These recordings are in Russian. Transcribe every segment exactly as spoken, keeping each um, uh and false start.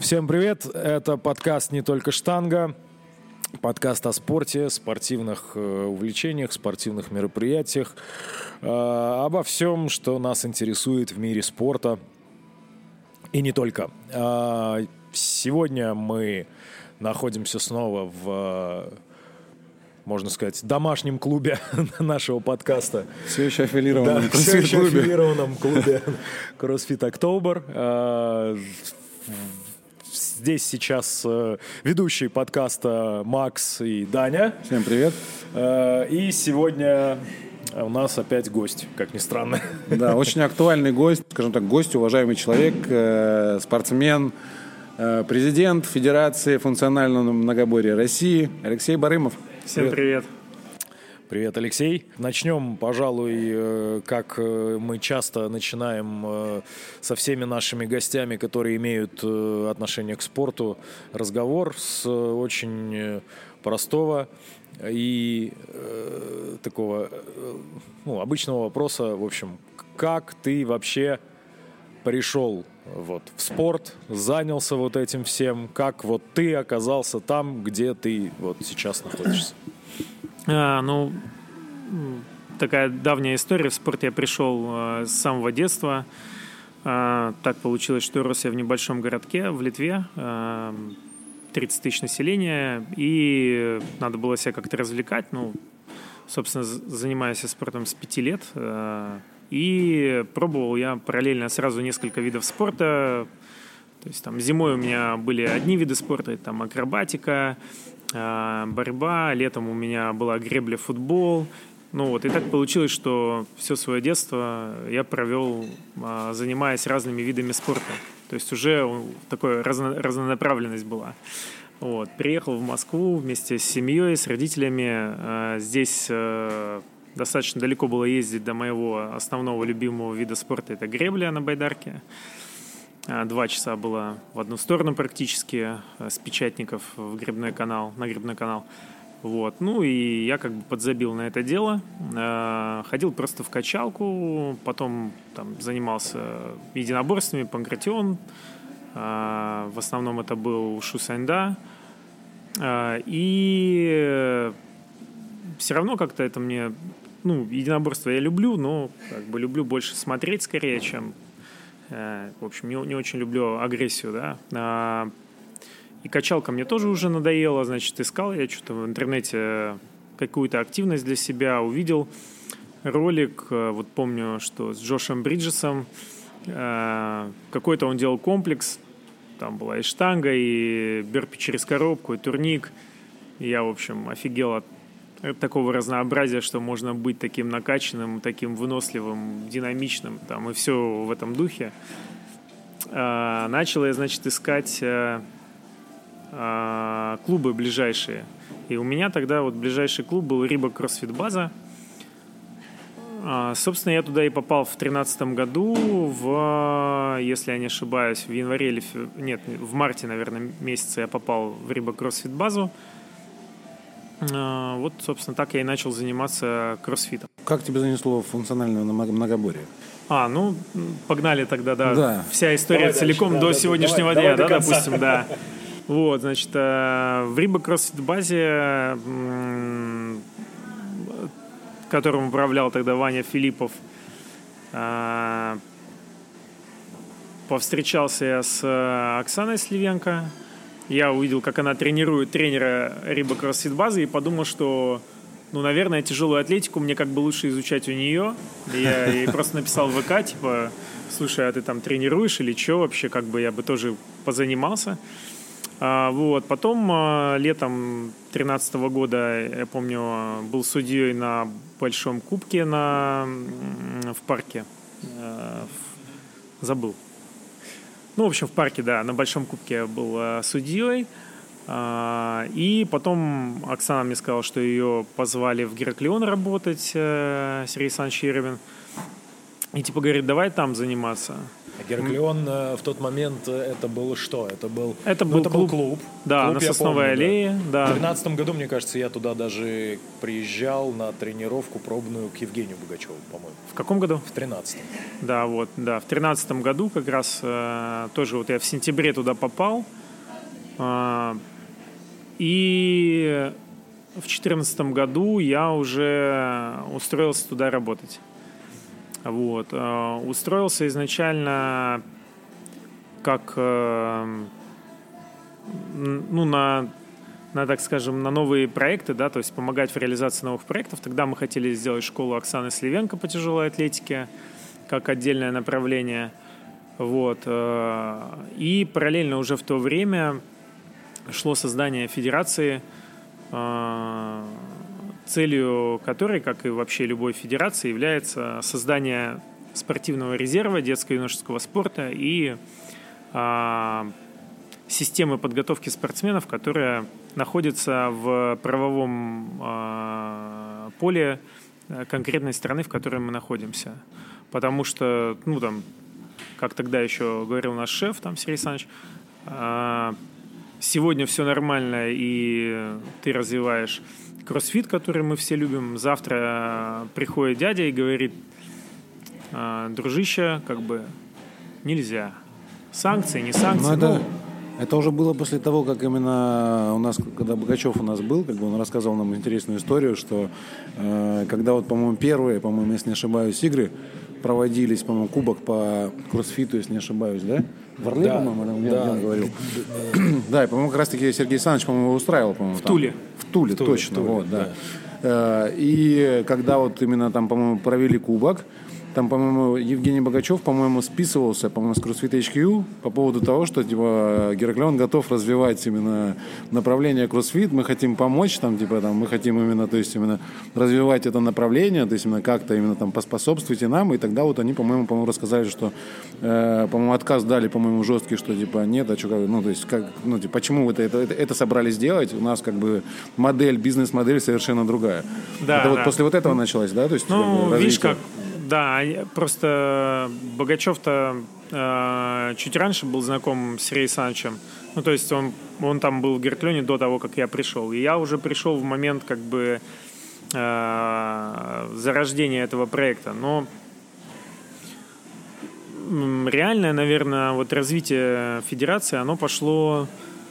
Всем привет, это подкаст «Не только штанга», подкаст о спорте, спортивных увлечениях, спортивных мероприятиях, обо всем, что нас интересует в мире спорта и не только. Сегодня мы находимся снова в, можно сказать, домашнем клубе нашего подкаста. Все еще аффилированном да, все еще аффилированном клубе CrossFit October. Здесь сейчас э, ведущие подкаста Макс и Даня. Всем привет. Э, и сегодня у нас опять гость, как ни странно. Да, очень актуальный гость, скажем так, гость, уважаемый человек, э, спортсмен, э, президент Федерации функционального многоборья России Алексей Барымов. Всем привет. привет. Привет, Алексей. Начнем, пожалуй, как мы часто начинаем со всеми нашими гостями, которые имеют отношение к спорту, разговор с очень простого и э, такого ну, обычного вопроса. В общем, как ты вообще пришел вот, в спорт, занялся вот этим всем, как вот ты оказался там, где ты вот сейчас находишься? А, ну, такая давняя история. В спорт я пришел а, с самого детства. А, так получилось, что рос я в небольшом городке в Литве. А, тридцать тысяч населения. И надо было себя как-то развлекать. Ну, собственно, занимаюсь я спортом с пяти лет. А, и пробовал я параллельно сразу несколько видов спорта. То есть там зимой у меня были одни виды спорта, там акробатика, борьба, летом у меня была гребля, футбол. Ну вот, и так получилось, что все свое детство я провел, занимаясь разными видами спорта. То есть уже такая разно, разнонаправленность была. Вот. Приехал в Москву вместе с семьей, с родителями. Здесь достаточно далеко было ездить до моего основного любимого вида спорта, это гребля на байдарке. Два часа было в одну сторону практически с Печатников в гребной канал, на гребной канал. Вот. Ну и я как бы подзабил на это дело. Ходил просто в качалку, потом там занимался единоборствами, панкратион. В основном это был ушу саньда. И все равно как-то это мне... Ну, единоборство я люблю, но как бы люблю больше смотреть скорее, чем... В общем, не, не очень люблю агрессию, да. И качалка мне тоже уже надоела, значит, искал я что-то в интернете какую-то активность для себя, увидел ролик, вот помню, что с Джошем Бриджесом, какой-то он делал комплекс, там была и штанга, и бёрпи через коробку, и турник. И я, в общем, офигел от такого разнообразия, что можно быть таким накачанным, таким выносливым, динамичным, там, и все в этом духе. А, начал я, значит, искать а, а, клубы ближайшие. И у меня тогда вот ближайший клуб был Рибок CrossFit база. А, собственно, я туда и попал в тринадцатом году, в, если я не ошибаюсь, в январе или... Нет, в марте, наверное, месяце я попал в Рибок CrossFit базу. Вот, собственно, так я и начал заниматься кроссфитом. Как тебя занесло в функциональное многоборье? А, ну, погнали тогда, да. да. Вся история давай целиком дальше, до да, давай, сегодняшнего дня, давай да, допустим, да. Вот, значит, в Рибок CrossFit базе, которым управлял тогда Ваня Филиппов, повстречался я с Оксаной Сливенко. Я увидел, как она тренирует тренера Рибок CrossFit базы и подумал, что, ну, наверное, тяжелую атлетику мне как бы лучше изучать у нее. И я ей просто написал в ВК, типа, слушай, а ты там тренируешь или что вообще, как бы я бы тоже позанимался. А, вот. Потом а, летом тринадцатого года, я помню, был судьей на большом кубке на, в парке. А, в, забыл. Ну, в общем, в парке, да, на Большом кубке я был э, судьей. Э, и потом Оксана мне сказала, что ее позвали в Гераклион работать, э, Сергей Александрович Еревин. И типа говорит, давай там заниматься. Гераклион в тот момент это было что? Это был, это ну, был, это клуб, был клуб. Да, клуб, на Сосновой помню, аллее. Да. Да. В тринадцатом году, мне кажется, я туда даже приезжал на тренировку пробную к Евгению Богачеву, по-моему. В каком году? В тринадцатом. Да, вот, да. В тринадцатом году как раз э, тоже вот я в сентябре туда попал. Э, и в четырнадцатом году я уже устроился туда работать. Вот. Э, устроился изначально как э, ну, на, на, так скажем, на новые проекты, да, то есть помогать в реализации новых проектов. Тогда мы хотели сделать школу Оксаны Сливенко по тяжелой атлетике как отдельное направление. Вот. И параллельно уже в то время шло создание федерации, целью которой, как и вообще любой федерации, является создание спортивного резерва детско-юношеского спорта и системы подготовки спортсменов, которая находится в правовом э, поле конкретной страны, в которой мы находимся. Потому что, ну, там, как тогда еще говорил наш шеф, там, Сергей Александрович, э, сегодня все нормально, и ты развиваешь кроссфит, который мы все любим. Завтра приходит дядя и говорит: э, дружище, как бы нельзя. Санкции, не санкции. Ну, это... Это уже было после того, как именно у нас, когда Богачев у нас был, как бы он рассказывал нам интересную историю, что э, когда вот, по-моему, первые, по-моему, если не ошибаюсь, игры проводились, по-моему, кубок по кроссфиту, если не ошибаюсь, да? В Орле, да, по-моему, да, он говорил. Да, и, по-моему, как раз-таки Сергей Александрович, по-моему, его устраивал, по-моему, в там. Туле. В Туле, в Туле точно, в Туле, вот, да. да. И когда вот именно там, по-моему, провели кубок, там, по-моему, Евгений Богачев, по-моему, списывался, по-моему, с CrossFit эйч кью по поводу того, что, типа, Гераклион готов развивать именно направление CrossFit, мы хотим помочь, там, типа, там, мы хотим именно, то есть, именно развивать это направление, то есть, именно как-то именно там поспособствуйте нам, и тогда вот они, по-моему, по-моему, рассказали, что, э, по-моему, отказ дали, по-моему, жесткий, что, типа, нет, а что, как, ну, то есть, как, ну, типа, почему вы это, это, это, это собрались делать, у нас, как бы, модель, бизнес-модель совершенно другая. Да, это да. вот после вот этого началось, да, то есть, ну, как бы, видишь, как да, просто Богачев-то э, чуть раньше был знаком с Сергеем Александровичем. Ну, то есть он, он там был в Гераклионе до того, как я пришел. И я уже пришел в момент как бы э, зарождения этого проекта. Но реальное, наверное, вот развитие федерации, оно пошло...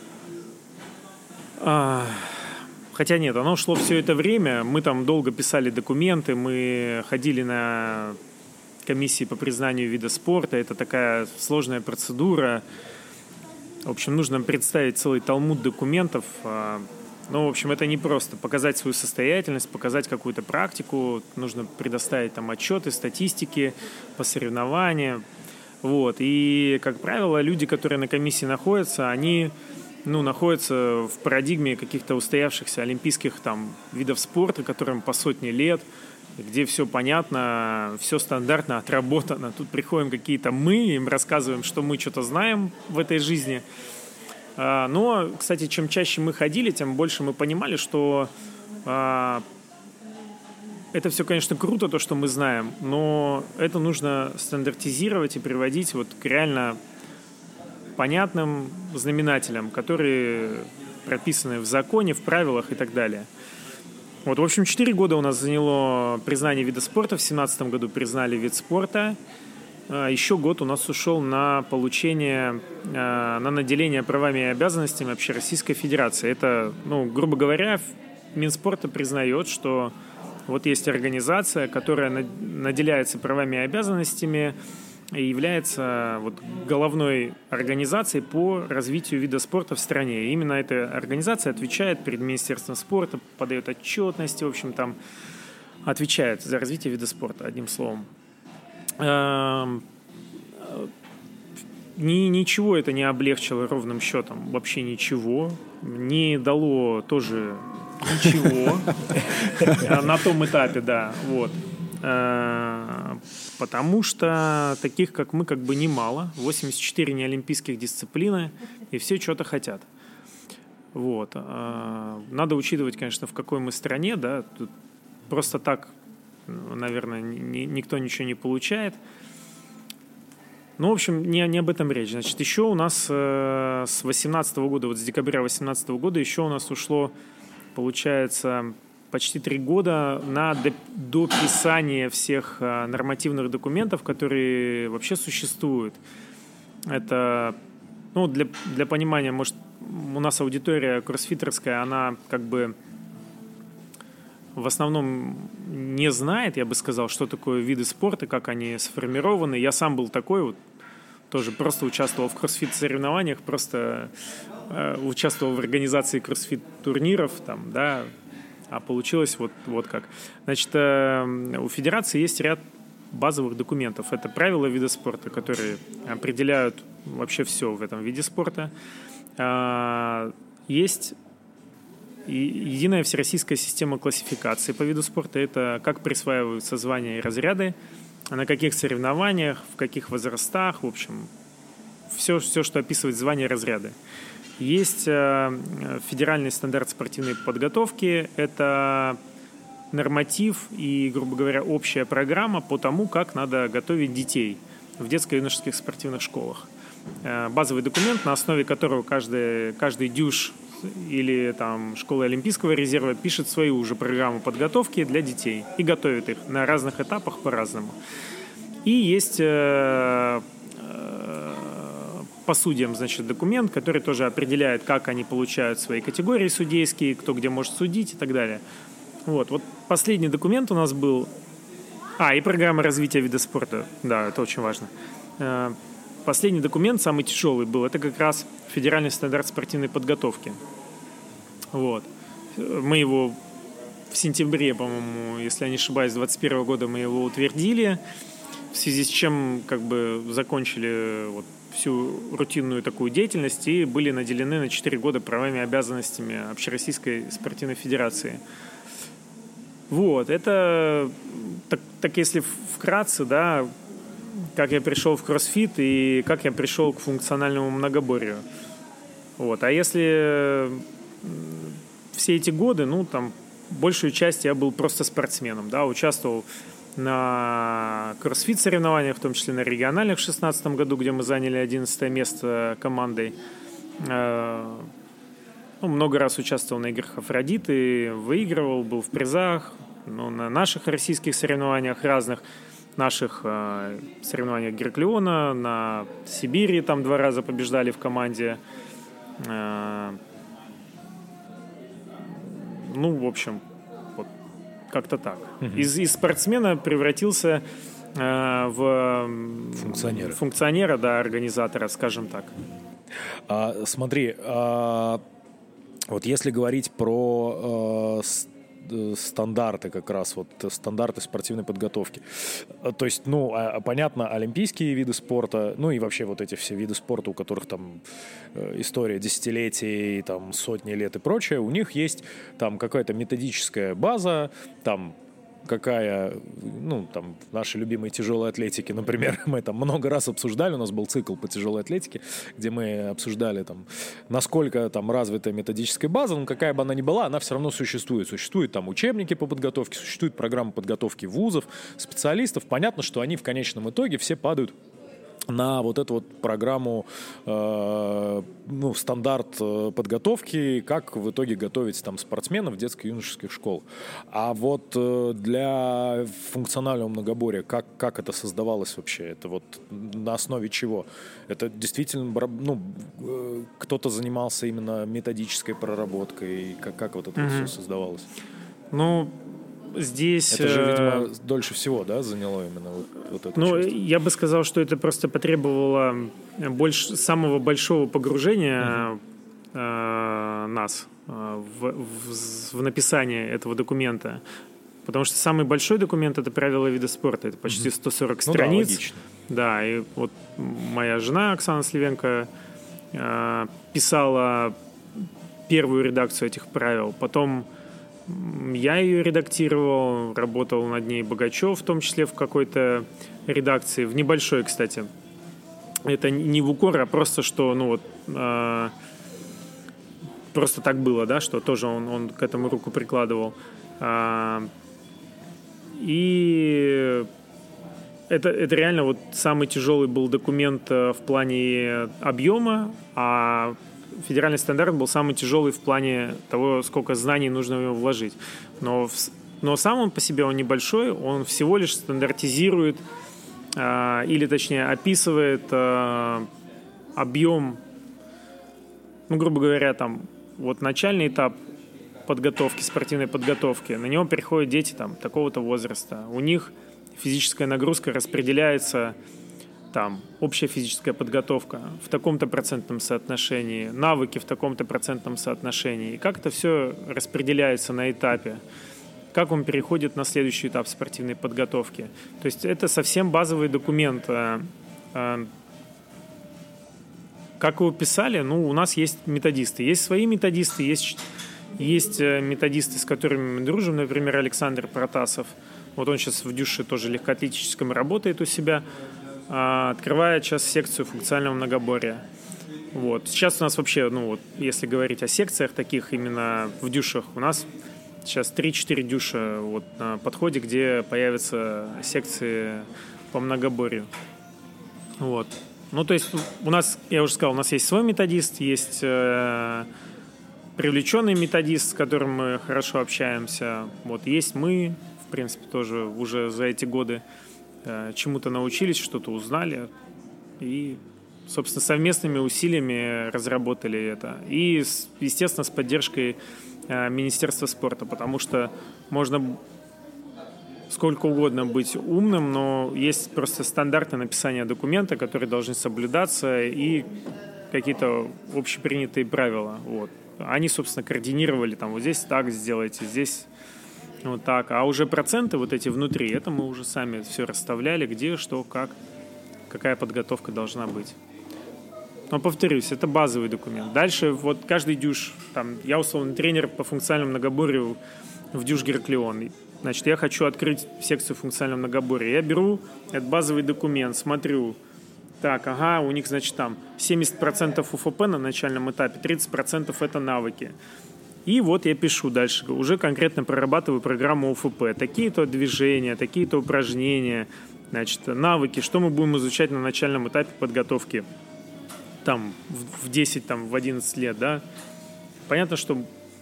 Э, Хотя нет, оно шло все это время. Мы там долго писали документы, мы ходили на комиссии по признанию вида спорта. Это такая сложная процедура. В общем, нужно представить целый талмуд документов. Ну, в общем, это не просто. Показать свою состоятельность, показать какую-то практику. Нужно предоставить там отчеты, статистики по соревнованиям. Вот. И, как правило, люди, которые на комиссии находятся, они... ну, находится в парадигме каких-то устоявшихся олимпийских там видов спорта, которым по сотни лет, где все понятно, все стандартно, отработано. Тут приходим какие-то мы, им рассказываем, что мы что-то знаем в этой жизни. Но, кстати, чем чаще мы ходили, тем больше мы понимали, что это все, конечно, круто, то, что мы знаем, но это нужно стандартизировать и приводить вот к реально понятным знаменателям, которые прописаны в законе, в правилах и так далее. Вот, в общем, четыре года у нас заняло признание вида спорта. В две тысячи семнадцатом году признали вид спорта. Еще год у нас ушел на получение, на наделение правами и обязанностями Общероссийской Федерации. Это, ну, грубо говоря, Минспорта признает, что вот есть организация, которая наделяется правами и обязанностями и является вот головной организацией по развитию вида спорта в стране. И именно эта организация отвечает перед Министерством спорта, подает отчетности, в общем, там отвечает за развитие вида спорта, одним словом. Ни, ничего это не облегчило ровным счетом, вообще ничего. Не дало тоже ничего на том этапе, да, вот. Потому что таких, как мы, как бы немало. восемьдесят четыре неолимпийских дисциплины, и все что-то хотят. Вот. Надо учитывать, конечно, в какой мы стране, да. Тут просто так, наверное, никто ничего не получает. Ну, в общем, не, не об этом речь. Значит, еще у нас э, с восемнадцатого года, вот с декабря восемнадцатого года еще у нас ушло, получается, почти три года на дописание всех э, нормативных документов, которые вообще существуют. Это, ну, для, для понимания, может, у нас аудитория кроссфитерская, она как бы в основном не знает, я бы сказал, что такое виды спорта, как они сформированы. Я сам был такой вот, тоже просто участвовал в кроссфит-соревнованиях, просто э, участвовал в организации кроссфит-турниров, там, да, а получилось вот, вот как. Значит, э, у федерации есть ряд базовых документов. Это правила вида спорта, которые определяют вообще все в этом виде спорта. Э, есть и единая всероссийская система классификации по виду спорта. Это как присваиваются звания и разряды, на каких соревнованиях, в каких возрастах, в общем, все, все что описывает звания и разряды. Есть э, федеральный стандарт спортивной подготовки. Это норматив и, грубо говоря, общая программа по тому, как надо готовить детей в детско-юношеских спортивных школах. Э, базовый документ, на основе которого каждый, каждый дюж или там школа Олимпийского резерва пишет свою уже программу подготовки для детей и готовит их на разных этапах по-разному. И есть э, э, по судьям, значит, документ, который тоже определяет, как они получают свои категории судейские, кто где может судить и так далее. Вот, вот последний документ у нас был... А, и программа развития вида спорта. Да, это очень важно. Э, Последний документ, самый тяжелый был, это как раз федеральный стандарт спортивной подготовки. Вот. Мы его в сентябре, по-моему, если я не ошибаюсь, двадцать первого года мы его утвердили, в связи с чем как бы закончили вот всю рутинную такую деятельность и были наделены на четыре года правами и обязанностями Общероссийской спортивной федерации. Вот, это, так, так если вкратце, да, как я пришел в кроссфит и как я пришел к функциональному многоборью. Вот. А если все эти годы, ну, там, большую часть я был просто спортсменом, да, участвовал на кроссфит-соревнованиях, в том числе на региональных в шестнадцатом году, где мы заняли одиннадцатое место командой. Ну, много раз участвовал на играх Афродиты, выигрывал, был в призах, ну, на наших российских соревнованиях разных, наших э, соревнованиях Гераклиона, на Сибири там два раза побеждали в команде. Э, ну, в общем, вот как-то так. Угу. Из, из спортсмена превратился э, в функционера. функционера, да, организатора, скажем так. А, смотри, а, вот если говорить про а, стандарты как раз, вот стандарты спортивной подготовки. То есть, ну, понятно, олимпийские виды спорта, ну и вообще вот эти все виды спорта, у которых там история десятилетий, там сотни лет и прочее, у них есть там какая-то методическая база, там какая, ну, там, наши любимые тяжелые атлетики, например, мы там много раз обсуждали, у нас был цикл по тяжелой атлетике, где мы обсуждали, там, насколько там развита методическая база, ну, какая бы она ни была, она все равно существует. Существуют там учебники по подготовке, существуют программы подготовки вузов, специалистов. Понятно, что они в конечном итоге все падают на вот эту вот программу, э, ну, стандарт подготовки, как в итоге готовить там спортсменов в детско-юношеских школах. А вот э, для функционального многоборья, как, как это создавалось вообще? Это вот на основе чего? Это действительно, ну, э, кто-то занимался именно методической проработкой, как, как вот это mm-hmm. все создавалось? Ну, здесь... Это же, видимо, дольше всего, да, заняло именно вот, вот эту ну, часть? Я бы сказал, что это просто потребовало больше, самого большого погружения uh-huh. э, нас э, в, в, в написание этого документа. Потому что самый большой документ — это правила вида спорта. Это почти сто сорок uh-huh. страниц. Ну, да, логично. Да, и вот моя жена Оксана Сливенко э, писала первую редакцию этих правил. Потом я ее редактировал, работал над ней Богачев, в том числе в какой-то редакции, в небольшой, кстати. Это не в укор, а просто что, ну вот, э, просто так было, да, что тоже он, он к этому руку прикладывал. Э, и это, это реально вот самый тяжелый был документ в плане объема, а федеральный стандарт был самый тяжелый в плане того, сколько знаний нужно в него вложить. Но, в, но сам он по себе он небольшой, он всего лишь стандартизирует э, или, точнее, описывает э, объем, ну, грубо говоря, там, вот начальный этап подготовки, спортивной подготовки, на него приходят дети там, такого-то возраста. У них физическая нагрузка распределяется, там, общая физическая подготовка в таком-то процентном соотношении, навыки в таком-то процентном соотношении. И как это все распределяется на этапе, как он переходит на следующий этап спортивной подготовки. То есть это совсем базовый документ. Как его писали, ну, у нас есть методисты. Есть свои методисты, есть, есть методисты, с которыми мы дружим, например, Александр Протасов. Вот он сейчас в Дюше тоже легкоатлетическом работает у себя, открывает сейчас секцию функционального многоборья. Вот. Сейчас у нас вообще, ну вот, если говорить о секциях таких именно в Дюшах, у нас сейчас три-четыре Дюша вот, на подходе, где появятся секции по многоборью. Вот. Ну, то есть у нас, я уже сказал, у нас есть свой методист, есть э, привлеченный методист, с которым мы хорошо общаемся. Вот есть мы, в принципе, тоже уже за эти годы э, чему-то научились, что-то узнали и, собственно, совместными усилиями разработали это. И, естественно, с поддержкой э, Министерства спорта, потому что можно сколько угодно быть умным, но есть просто стандарты написания документа, которые должны соблюдаться, и какие-то общепринятые правила. Вот. Они, собственно, координировали, там, вот здесь так сделайте, здесь вот так. А уже проценты вот эти внутри, это мы уже сами все расставляли, где, что, как, какая подготовка должна быть. Но, повторюсь, это базовый документ. Дальше вот каждый дюш, там, я условно тренер по функциональному многоборью в дюш Гераклион. Значит, я хочу открыть секцию функционального многоборья. Я беру этот базовый документ, смотрю. Так, ага, у них, значит, там семьдесят процентов УФП на начальном этапе, тридцать процентов это навыки. И вот я пишу дальше, уже конкретно прорабатываю программу УФП. Такие-то движения, такие-то упражнения, значит, навыки, что мы будем изучать на начальном этапе подготовки. Там, в десять, там, в одиннадцать лет, да. Понятно, что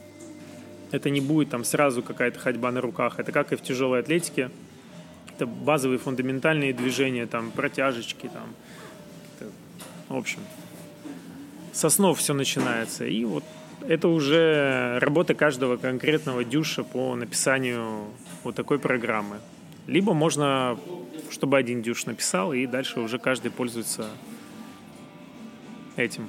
это не будет там сразу какая-то ходьба на руках. Это как и в тяжелой атлетике. Это базовые фундаментальные движения, там, протяжечки, там. Это, в общем, с основ все начинается. И вот это уже работа каждого конкретного дюша по написанию вот такой программы. Либо можно, чтобы один дюш написал, и дальше уже каждый пользуется этим.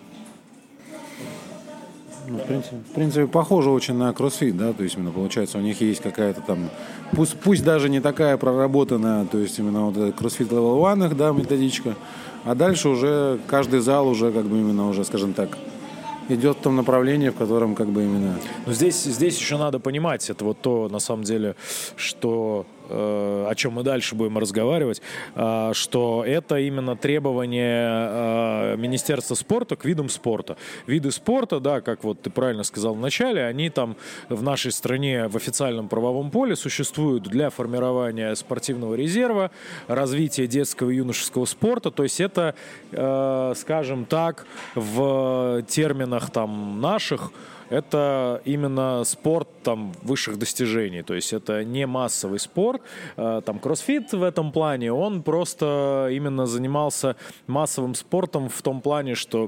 Ну, в принципе, в принципе, похоже очень на кроссфит, да, то есть именно получается у них есть какая-то там, пусть, пусть даже не такая проработанная, то есть именно вот кроссфит level один, да, методичка, а дальше уже каждый зал уже как бы именно уже, скажем так, идет в том направлении, в котором как бы именно... Но здесь, здесь еще надо понимать, это вот то, на самом деле, что, э, о чем мы дальше будем разговаривать, э, что это именно требование э, Министерства спорта к видам спорта. Виды спорта, да, как вот ты правильно сказал в начале, они там в нашей стране в официальном правовом поле существуют для формирования спортивного резерва, развития детского и юношеского спорта, то есть это, э, скажем так, в терминах там наших, это именно спорт там высших достижений, то есть это не массовый спорт. Там кроссфит в этом плане, он просто именно занимался массовым спортом в том плане, что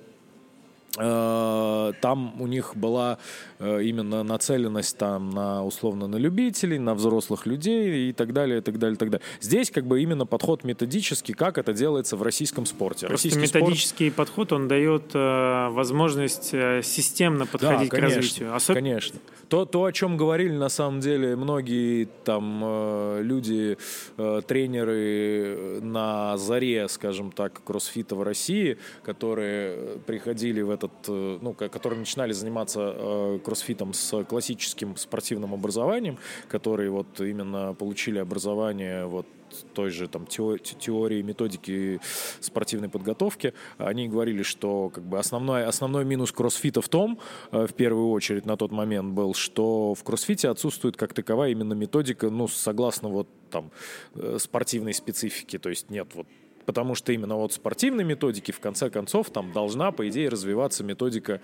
там у них была именно нацеленность там на условно на любителей, на взрослых людей и так далее, и так далее, и так далее. Здесь как бы именно подход методический, как это делается в российском спорте. Просто Российский методический спорт... подход, он дает э, возможность э, системно подходить да, к конечно, развитию. Особ... Конечно. То, то, о чем говорили на самом деле многие там э, люди, э, тренеры на заре, скажем так, кроссфита в России, которые приходили в этот, э, ну, которые которые начинали заниматься кроссфитом с классическим спортивным образованием, которые вот именно получили образование вот той же там теории, методики спортивной подготовки, они говорили, что как бы основной, основной минус кроссфита в том, в первую очередь на тот момент был, что в кроссфите отсутствует как таковая именно методика, ну, согласно вот там спортивной специфике, то есть нет вот, потому что именно вот спортивной методики в конце концов там должна, по идее, развиваться методика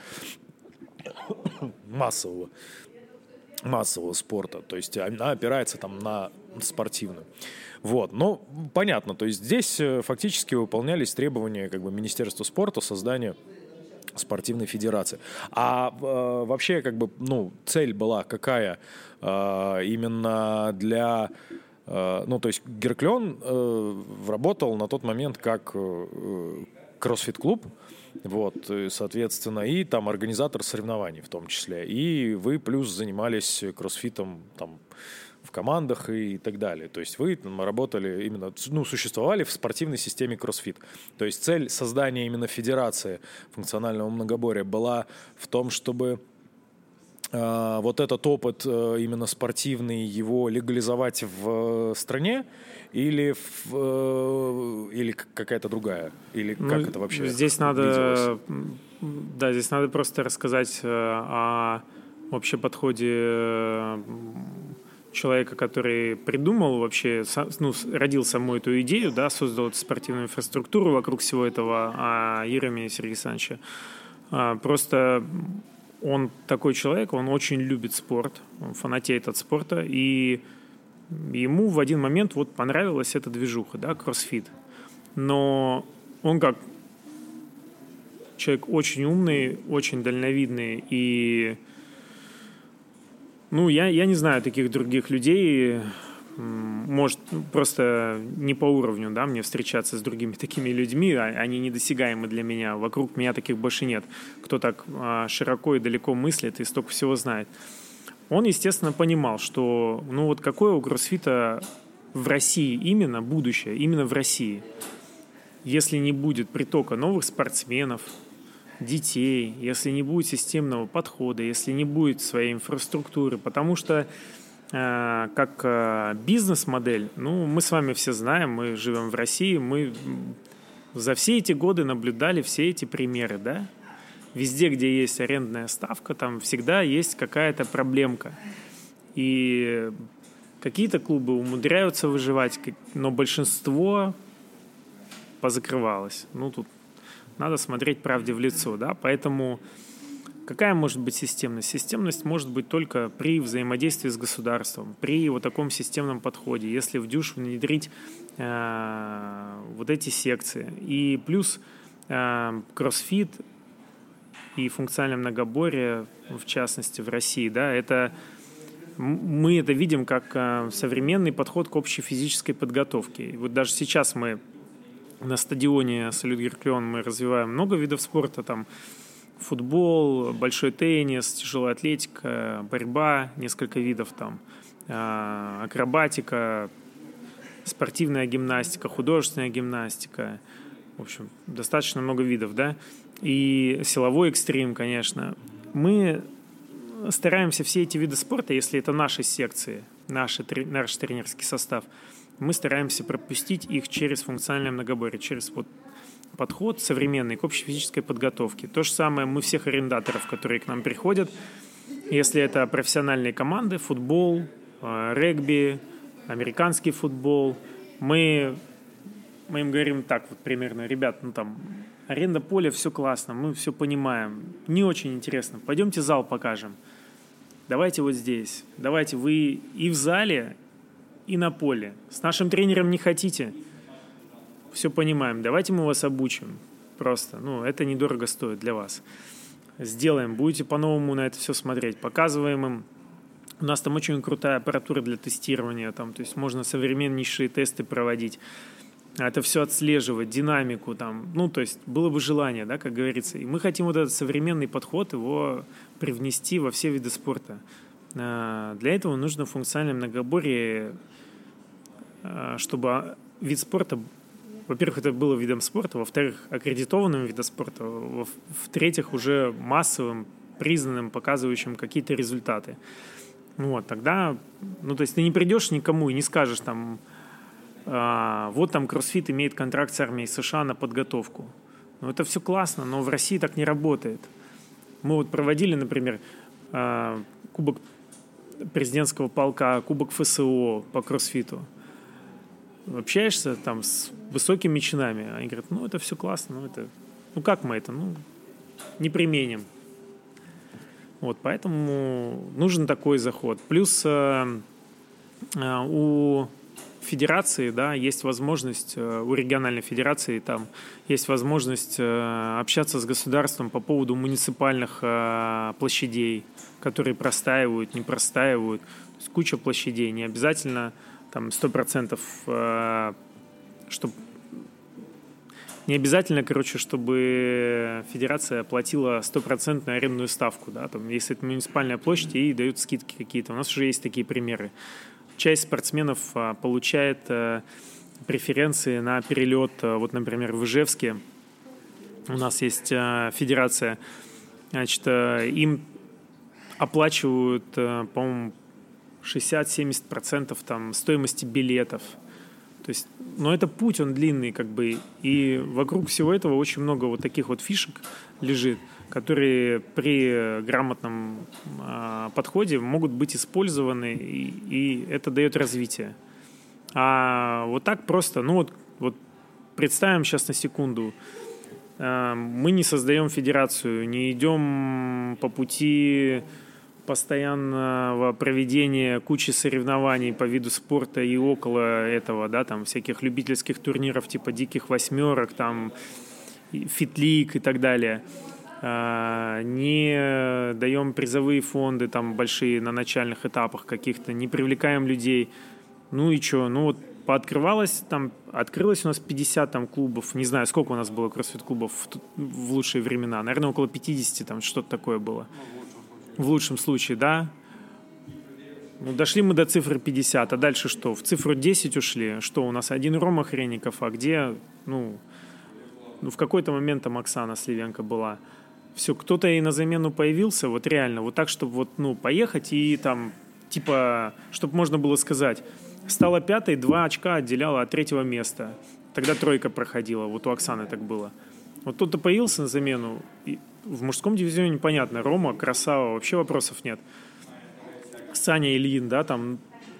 массового, массового спорта, то есть она опирается там на спортивную. Вот, ну, понятно, то есть здесь фактически выполнялись требования как бы Министерства спорта создания спортивной федерации. А э, вообще, как бы, ну, цель была какая э, именно для... Э, ну, то есть Гераклион э, работал на тот момент как э, кроссфит-клуб, вот, и, соответственно, и там организатор соревнований в том числе. И вы плюс занимались кроссфитом там в командах и так далее. То есть вы там работали именно, ну, существовали в спортивной системе кроссфит. То есть цель создания именно федерации функционального многоборья была в том, чтобы э, вот этот опыт э, именно спортивный, его легализовать в э, стране или, в, э, или какая-то другая? Или ну, как это вообще здесь надо, да, здесь надо просто рассказать э, о вообще подходе э, человека, который придумал вообще, ну, родил саму эту идею, да, создал эту спортивную инфраструктуру вокруг всего этого, а Еремея Сергея Александровича. Просто он такой человек, он очень любит спорт, он фанатеет от спорта, и ему в один момент вот понравилась эта движуха, да, кроссфит. Но он как человек очень умный, очень дальновидный, и ну, я, я не знаю таких других людей, может, просто не по уровню, да, мне встречаться с другими такими людьми, они недосягаемы для меня, вокруг меня таких больше нет, кто так широко и далеко мыслит и столько всего знает. Он, естественно, понимал, что, ну, вот какое у кроссфита в России именно будущее, именно в России, если не будет притока новых спортсменов, детей, если не будет системного подхода, если не будет своей инфраструктуры, потому что э, как э, бизнес-модель, ну, мы с вами все знаем, мы живем в России, мы за все эти годы наблюдали все эти примеры, да? Везде, где есть арендная ставка, там всегда есть какая-то проблемка. И какие-то клубы умудряются выживать, но большинство позакрывалось. Ну, тут надо смотреть правде в лицо, да, поэтому какая может быть системность? Системность может быть только при взаимодействии с государством, при вот таком системном подходе, если в ДЮШ внедрить э, вот эти секции. И плюс э, кроссфит и функциональное многоборье, в частности в России, да, это мы это видим как э, современный подход к общей физической подготовке. И вот даже сейчас мы на стадионе «Салют Гераклион» мы развиваем много видов спорта, там футбол, большой теннис, тяжелая атлетика, борьба, несколько видов, там акробатика, спортивная гимнастика, художественная гимнастика, в общем, достаточно много видов, да, и силовой экстрим, конечно. Мы стараемся все эти виды спорта, если это наши секции, наши, наш тренерский состав, мы стараемся пропустить их через функциональное многоборье, через вот подход современный к общей физической подготовке. То же самое мы всех арендаторов, которые к нам приходят, если это профессиональные команды, футбол, регби, американский футбол, мы, мы им говорим так вот примерно: ребят, ну там аренда поля, все классно, мы все понимаем, не очень интересно, пойдемте зал покажем, давайте вот здесь, давайте вы и в зале, и на поле. С нашим тренером не хотите? Все понимаем. Давайте мы вас обучим. Просто. Ну, это недорого стоит для вас. Сделаем. Будете по-новому на это все смотреть. Показываем им. У нас там очень крутая аппаратура для тестирования. Там, то есть можно современнейшие тесты проводить. Это все отслеживать, динамику. Там. Ну, то есть было бы желание, да, как говорится. И мы хотим вот этот современный подход, его привнести во все виды спорта. Для этого нужно функциональное многоборье, чтобы вид спорта во-первых, это было видом спорта, во-вторых, аккредитованным видом спорта, в-третьих, уже массовым, признанным, показывающим какие-то результаты. Вот, тогда, ну, то есть ты не придешь никому и не скажешь там, а, вот там CrossFit имеет контракт с армией США на подготовку. Ну, это все классно, но в России так не работает. Мы вот проводили, например, а, кубок президентского полка, кубок эф эс о по кроссфиту. Общаешься там с высокими чинами, они говорят, ну, это все классно, ну, это, ну, как мы это, ну, не применим. Вот, поэтому нужен такой заход. Плюс э, э, у федерации, да, есть возможность, э, у региональной федерации там есть возможность э, общаться с государством по поводу муниципальных э, площадей, которые простаивают, не простаивают. То есть куча площадей, не обязательно там сто процентов, э, чтобы не обязательно, короче, чтобы федерация оплатила стопроцентную арендную ставку, да, там, если это муниципальная площадь, ей дают скидки какие-то. У нас уже есть такие примеры. Часть спортсменов а, получает а, преференции на перелет. А, вот, например, в Ижевске у нас есть а, федерация. Значит, а, им оплачивают, а, по-моему, шестьдесят-семьдесят процентов там, стоимости билетов. То есть, но это путь, он длинный, как бы, и вокруг всего этого очень много вот таких вот фишек лежит, которые при грамотном э, подходе могут быть использованы, и, и это дает развитие. А вот так просто, ну вот, вот представим сейчас на секунду, э, мы не создаем федерацию, не идем по пути постоянного проведения кучи соревнований по виду спорта и около этого, да, там всяких любительских турниров типа диких восьмерок, там фитлиг и так далее. Не даем призовые фонды там большие на начальных этапах каких-то, не привлекаем людей. Ну и что? Ну вот пооткрывалось там, открылось у нас пятьдесят там клубов, не знаю, сколько у нас было кроссфит-клубов в, в лучшие времена, наверное, около пятьдесят там что-то такое было. В лучшем случае, да. Ну, дошли мы до цифры пятьдесят, а дальше что? В цифру десять ушли. Что, у нас один Рома Хренников, а где, ну, ну в какой-то момент там Оксана Сливенко была. Все, кто-то ей на замену появился, вот реально, вот так, чтобы вот, ну, поехать и там, типа, чтобы можно было сказать, стала пятой, два очка отделяла от третьего места. Тогда тройка проходила, вот у Оксаны так было. Вот кто-то появился на замену, и в мужском дивизионе непонятно. Рома, красава, вообще вопросов нет. Саня Ильин, да, там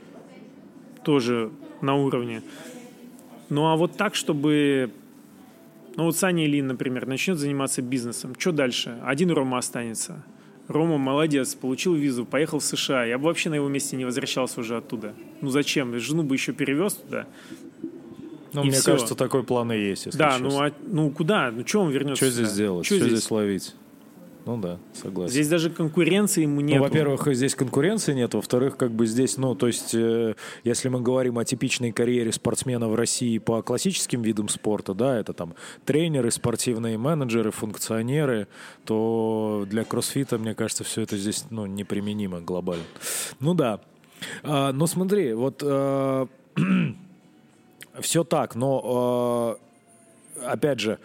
тоже на уровне. Ну, а вот так, чтобы... Ну, вот Саня Ильин, например, начнет заниматься бизнесом. Что дальше? Один Рома останется. Рома молодец, получил визу, поехал в США. Я бы вообще на его месте не возвращался уже оттуда. Ну, зачем? Жену бы еще перевез туда. Ну, и мне все. кажется, такой план и есть, если да, честно. ну, а, ну куда? Ну, что он вернется? Что здесь сюда? делать? Что Что здесь? здесь ловить? Ну да, согласен. Здесь даже конкуренции ему нет. Ну, во-первых, здесь конкуренции нет. Во-вторых, как бы здесь, ну, то есть, э, если мы говорим о типичной карьере спортсмена в России по классическим видам спорта, да, это там тренеры, спортивные менеджеры, функционеры, то для кроссфита, мне кажется, все это здесь, ну, неприменимо глобально. Ну да. А, но смотри, вот... А, все так, но, э, опять же,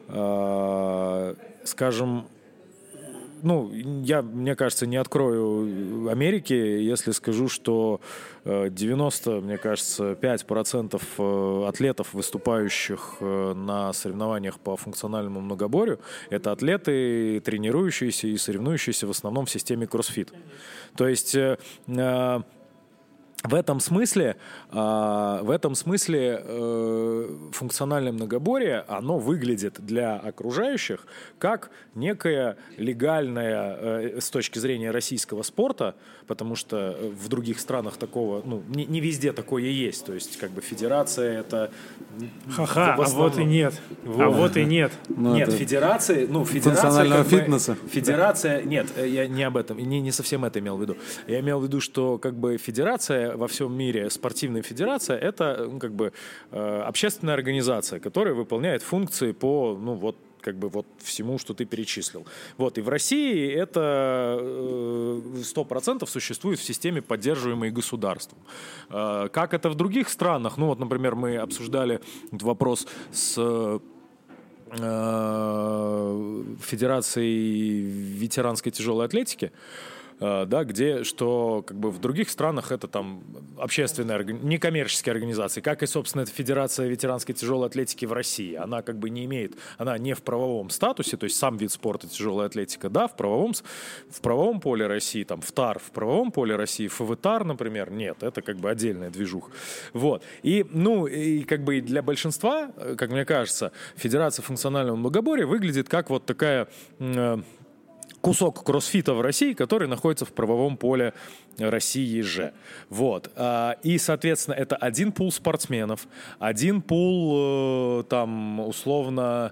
э, скажем, ну, я, мне кажется, не открою Америки, если скажу, что девяносто, мне кажется, пять процентов атлетов, выступающих на соревнованиях по функциональному многоборью, это атлеты, тренирующиеся и соревнующиеся в основном в системе кроссфит. То есть... Э, В этом смысле, в этом смысле функциональное многоборье, оно выглядит для окружающих как некое легальное с точки зрения российского спорта, потому что в других странах такого, ну, не, не везде такое есть. То есть, как бы федерация это... Ха-ха, а вот и нет. Вот. А вот и нет. Ну, нет, федерации... Ну, федерация... Функционального как бы, фитнеса. Федерация... Нет, я не об этом, не, не совсем это имел в виду. Я имел в виду, что как бы федерация во всем мире, спортивная федерация, это, ну, как бы э, общественная организация, которая выполняет функции по, ну, вот, как бы вот всему, что ты перечислил. Вот, и в России это сто процентов существует в системе, поддерживаемой государством. Как это в других странах? Ну вот, например, мы обсуждали вопрос с Федерацией ветеранской тяжелой атлетики, да, где, что как бы в других странах это там общественные, некоммерческие организации, как и, собственно, эта Федерация ветеранской тяжелой атлетики в России. Она как бы не имеет, она не в правовом статусе, то есть сам вид спорта тяжелая атлетика, да, в правовом, в правовом поле России, там, в ТАР, в правовом поле России, ФВТАР, например, нет, это как бы отдельная движуха. Вот. И, ну, и как бы для большинства, как мне кажется, Федерация функционального многоборья выглядит как вот такая... Э, кусок кроссфита в России, который находится в правовом поле России же. Вот. И, соответственно, это один пул спортсменов, один пул, там, условно,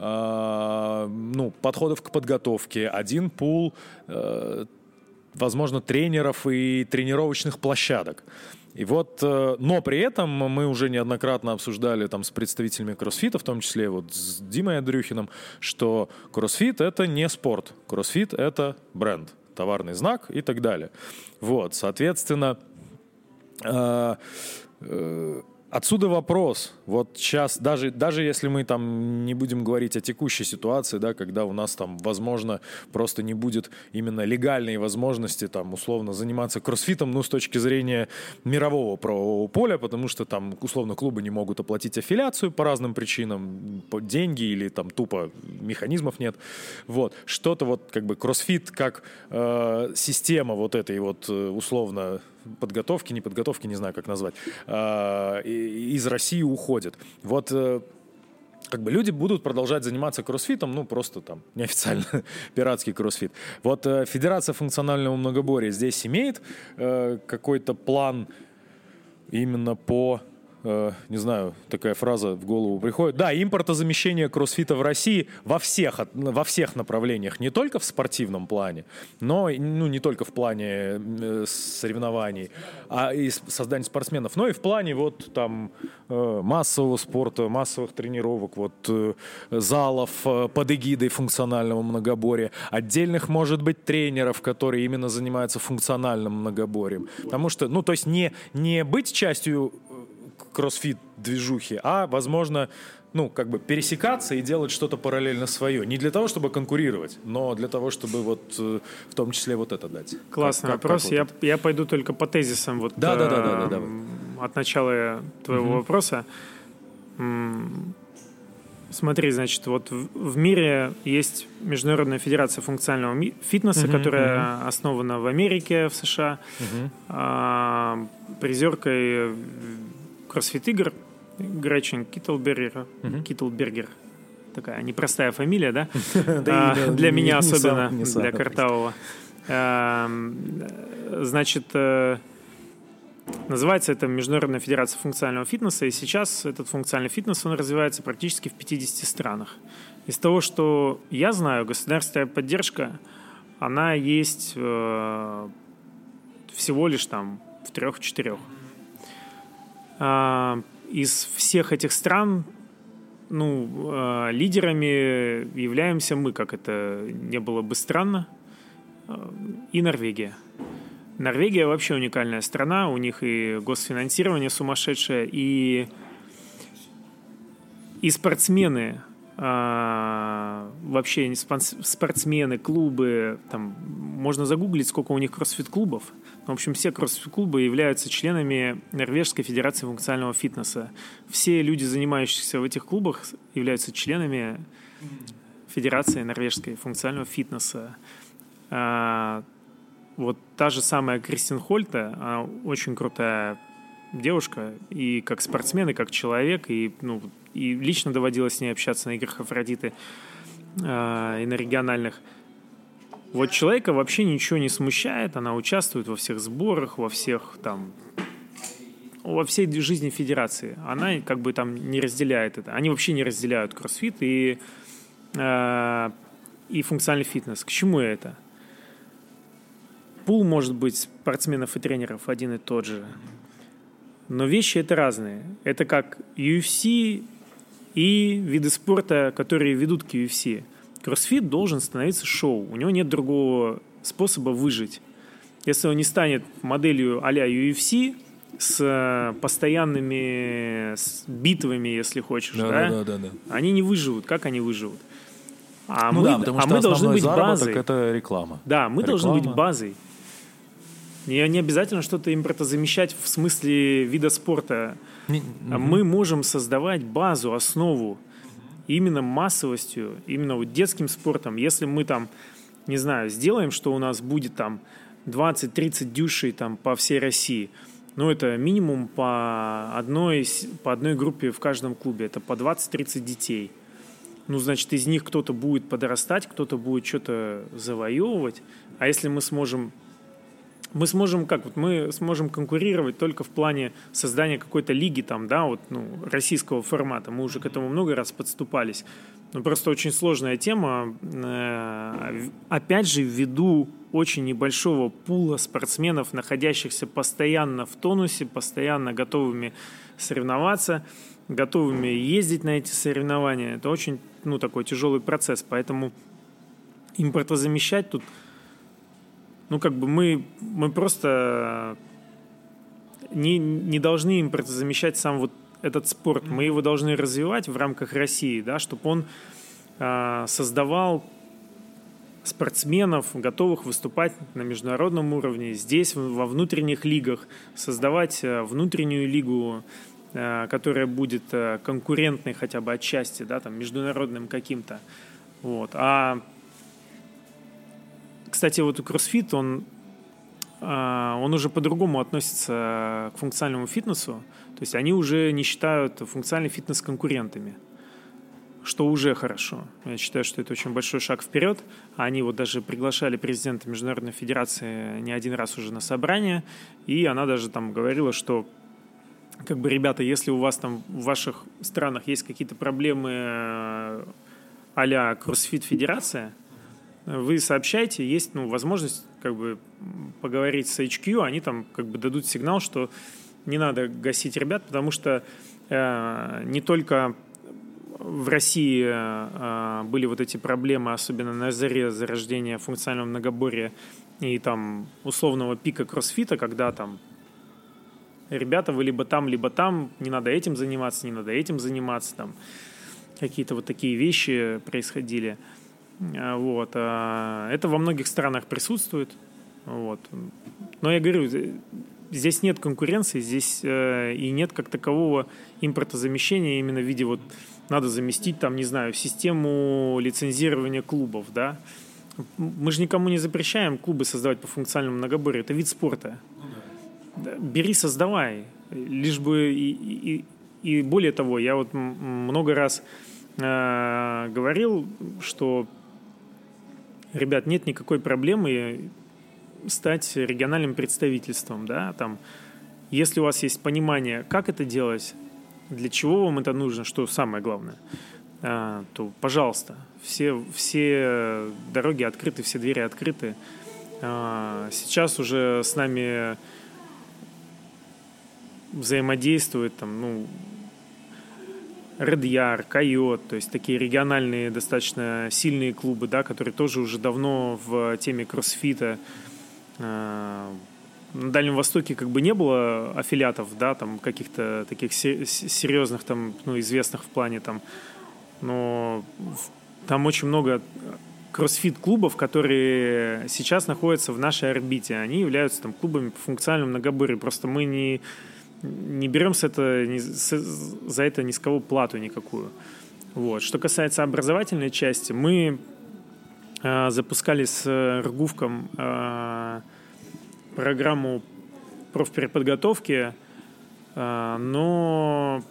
ну, подходов к подготовке, один пул, возможно, тренеров и тренировочных площадок. И вот, но при этом мы уже неоднократно обсуждали там с представителями кроссфита, в том числе вот с Димой Андрюхиным, что кроссфит — это не спорт, кроссфит — это бренд, товарный знак и так далее. Вот, соответственно, э, э, отсюда вопрос. Вот сейчас, даже, даже если мы там не будем говорить о текущей ситуации, да, когда у нас там, возможно, просто не будет именно легальной возможности там, условно, заниматься кроссфитом, ну, с точки зрения мирового правового поля, потому что там, условно, клубы не могут оплатить аффилиацию по разным причинам, по деньги или там тупо механизмов нет. Вот. Что-то вот как бы кроссфит как э, система вот этой вот условно подготовки, не подготовки, не знаю, как назвать, э, из России уходит. Вот э, как бы люди будут продолжать заниматься кроссфитом, ну, просто там неофициально пиратский кроссфит. Вот э, Федерация функционального многоборья здесь имеет э, какой-то план именно по... не знаю, такая фраза в голову приходит. Да, импортозамещение кроссфита в России во всех, во всех направлениях, не только в спортивном плане, но ну, не только в плане соревнований, а и создания спортсменов, но и в плане вот там массового спорта, массовых тренировок, вот залов под эгидой функционального многоборья, отдельных, может быть, тренеров, которые именно занимаются функциональным многоборьем. Потому что, ну, то есть не, не быть частью кроссфит-движухи, а, возможно, ну, как бы пересекаться и делать что-то параллельно свое. Не для того, чтобы конкурировать, но для того, чтобы вот в том числе вот это дать. Классный как, вопрос. Как, как вот я, я пойду только по тезисам вот, да, да, да, да, да, да. от начала твоего угу. вопроса. Смотри, значит, вот в, в мире есть Международная федерация функционального ми- фитнеса, uh-huh, которая uh-huh. основана в Америке, в США, uh-huh. а, призеркой кроссфит-игр Гретчен Китлбергер. Uh-huh. Китлбергер. Такая непростая фамилия, да? Для меня особенно, для Картавого. Значит... Называется это Международная федерация функционального фитнеса, и сейчас этот функциональный фитнес, он развивается практически в пятидесяти странах. Из того, что я знаю, государственная поддержка, она есть э, всего лишь там в трех-четырех. Э, из всех этих стран, ну, э, лидерами являемся мы, как это не было бы странно, э, и Норвегия. Норвегия вообще уникальная страна, у них и госфинансирование сумасшедшее, и, и спортсмены, а, вообще спортсмены, клубы, там, можно загуглить, сколько у них кроссфит-клубов. В общем, все кроссфит-клубы являются членами Норвежской федерации функционального фитнеса. Все люди, занимающиеся в этих клубах, являются членами Федерации Норвежской функционального фитнеса. А, Вот та же самая Кристин Хольте, она очень крутая девушка, и как спортсмен, и как человек, и, ну, и лично доводилось с ней общаться на играх Афродиты э, и на региональных. Вот человека вообще ничего не смущает, она участвует во всех сборах, во всех там, во всей жизни федерации. Она как бы там не разделяет это. Они вообще не разделяют кроссфит и, э, и функциональный фитнес. К чему это? Пул может быть спортсменов и тренеров один и тот же. Но вещи это разные. Это как ю эф си и виды спорта, которые ведут к ю эф си. Кроссфит должен становиться шоу. У него нет другого способа выжить. Если он не станет моделью а-ля ю эф си с постоянными с битвами, если хочешь, да, да, да, да, да. они не выживут. Как они выживут? А ну мы, да, потому а что мы должны быть базой. Это реклама. Да, мы реклама. должны быть базой. Не, не обязательно что-то импортозамещать в смысле вида спорта. Не, угу. Мы можем создавать базу, основу именно массовостью, именно вот детским спортом. Если мы там, не знаю, сделаем, что у нас будет там двадцать-тридцать дюшей там по всей России, ну это минимум по одной, по одной группе в каждом клубе, это по двадцать-тридцать детей. Ну, значит, из них кто-то будет подрастать, кто-то будет что-то завоевывать. А если мы сможем... Мы сможем как? Вот мы сможем конкурировать только в плане создания какой-то лиги там, да, вот, ну, российского формата. Мы уже к этому много раз подступались. Но просто очень сложная тема. Опять же, ввиду очень небольшого пула спортсменов, находящихся постоянно в тонусе, постоянно готовыми соревноваться, готовыми ездить на эти соревнования. Это очень, ну, такой тяжелый процесс. Поэтому импортозамещать тут... Ну, как бы мы, мы просто не, не должны импортозамещать сам вот этот спорт. Мы его должны развивать в рамках России, да, чтобы он э, создавал спортсменов, готовых выступать на международном уровне, здесь, во внутренних лигах, создавать внутреннюю лигу, э, которая будет конкурентной хотя бы отчасти, да, там, международным каким-то. Вот. А кстати, вот кроссфит, он, он уже по-другому относится к функциональному фитнесу. То есть они уже не считают функциональный фитнес конкурентами, что уже хорошо. Я считаю, что это очень большой шаг вперед. Они вот даже приглашали президента Международной Федерации не один раз уже на собрание, и она даже там говорила, что как бы, ребята, если у вас там в ваших странах есть какие-то проблемы а-ля кроссфит-федерация, вы сообщайте, есть, ну, возможность как бы поговорить с эйч кью, они там как бы дадут сигнал, что не надо гасить ребят, потому что э, не только в России э, были вот эти проблемы, особенно на заре зарождения функционального многоборья и там условного пика кроссфита, когда там ребята, вы либо там, либо там, не надо этим заниматься, не надо этим заниматься, там какие-то вот такие вещи происходили. Вот. Это во многих странах присутствует. Вот. Но я говорю, здесь нет конкуренции, здесь э, и нет как такового импортозамещения именно в виде вот надо заместить там, не знаю, систему лицензирования клубов, да. Мы же никому не запрещаем клубы создавать по функциональному многоборью. Это вид спорта. Да, бери, создавай. Лишь бы и, и, и более того, я вот много раз э, говорил, что ребят, нет никакой проблемы стать региональным представительством, да, там, если у вас есть понимание, как это делать, для чего вам это нужно, что самое главное, а, то, пожалуйста, все, все дороги открыты, все двери открыты. А, сейчас уже с нами взаимодействует, там, ну, Red Yard, Койот, то есть такие региональные достаточно сильные клубы, да, которые тоже уже давно в теме кроссфита. На Дальнем Востоке как бы не было аффилиатов, да, там каких-то таких серьезных, там, ну, известных в плане там, но там очень много кроссфит-клубов, которые сейчас находятся в нашей орбите. Они являются там клубами по функциональному многоборью. Просто мы не не берем с это, не, с, за это ни с кого плату никакую. Вот. Что касается образовательной части, мы э, запускали с РГУФКом э, программу профпереподготовки, э, но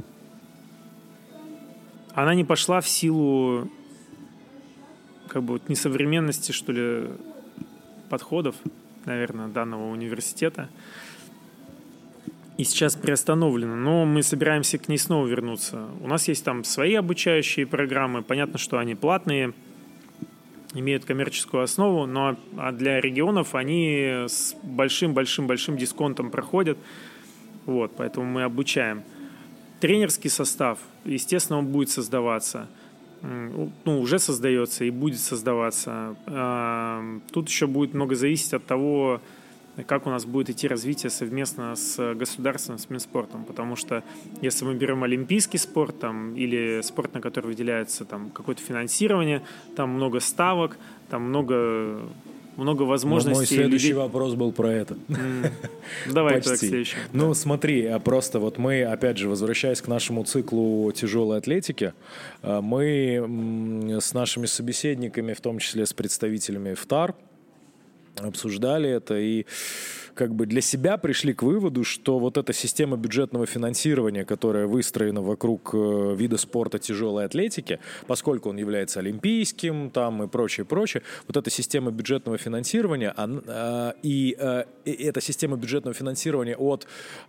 она не пошла в силу как бы вот несовременности, что ли, подходов, наверное, данного университета. И сейчас приостановлено, но мы собираемся к ней снова вернуться. У нас есть там свои обучающие программы, понятно, что они платные, имеют коммерческую основу, но для регионов они с большим-большим-большим дисконтом проходят, вот, поэтому мы обучаем. Тренерский состав, естественно, он будет создаваться. Ну, уже создается и будет создаваться. Тут еще будет много зависеть от того, как у нас будет идти развитие совместно с государственным, с Минспортом. Потому что если мы берем олимпийский спорт там, или спорт, на который выделяется там, какое-то финансирование, там много ставок, там много, много возможностей. Но мой следующий людей... вопрос был про это. Mm. Давай тогда к следующему. Ну, да. Смотри, просто вот мы, опять же, возвращаясь к нашему циклу тяжелой атлетики, мы с нашими собеседниками, в том числе с представителями ФТАР, обсуждали это и как бы для себя пришли к выводу, что вот эта система бюджетного финансирования, которая выстроена вокруг вида спорта тяжелой атлетики, поскольку он является олимпийским там, и прочее, прочее, вот эта система бюджетного финансирования она, и, и эта система бюджетного финансирования от,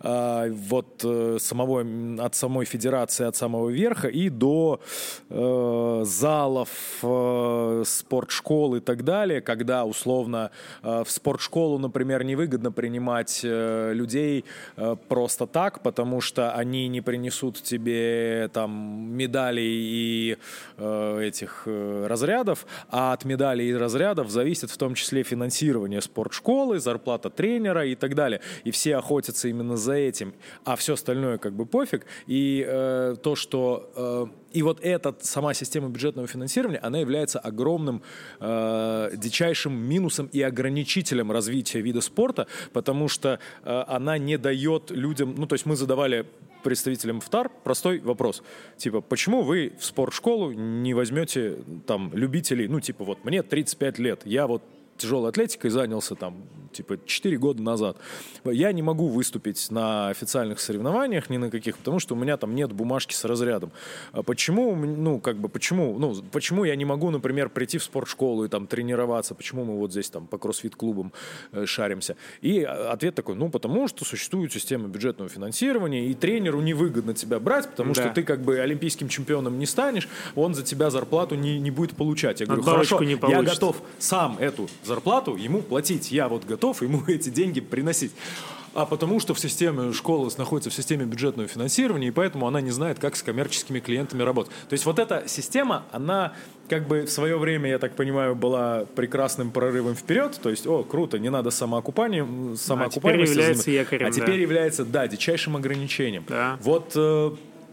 вот, самого, от самой федерации, от самого верха и до э, залов, э, спортшкол и так далее, когда условно э, в спортшколу, например, невыгодно принимать э, людей э, просто так, потому что они не принесут тебе там медалей и э, этих э, разрядов, а от медалей и разрядов зависит в том числе финансирование спортшколы, зарплата тренера и так далее. И все охотятся именно за этим, а все остальное как бы пофиг. И э, то, что... Э, И вот эта сама система бюджетного финансирования, она является огромным, э, дичайшим минусом и ограничителем развития вида спорта, потому что э, она не дает людям... Ну, то есть мы задавали представителям ФТАР простой вопрос. Типа, почему вы в спортшколу не возьмете там любителей? Ну, типа, вот мне тридцать пять лет, я вот тяжелой атлетикой занялся там, типа, четыре года назад. Я не могу выступить на официальных соревнованиях ни на каких, потому что у меня там нет бумажки с разрядом. А почему, ну, как бы, почему, ну, почему я не могу, например, прийти в спортшколу и там тренироваться? Почему мы вот здесь там по кроссфит-клубам э, шаримся? И ответ такой, ну, потому что существует система бюджетного финансирования, и тренеру невыгодно тебя брать, потому да. что ты как бы олимпийским чемпионом не станешь, он за тебя зарплату не, не будет получать. Я говорю, хорошо, не я готов сам эту зарплату ему платить, я вот готов ему эти деньги приносить. А потому что в системе школы находится в системе бюджетного финансирования, и поэтому она не знает, как с коммерческими клиентами работать. То есть вот эта система, она как бы в свое время, я так понимаю, была прекрасным прорывом вперед. То есть, о, круто, не надо самоокупанием, самоокупаемостью. А теперь является якорем. А теперь да. является, да, дичайшим ограничением. Да. Вот... Э,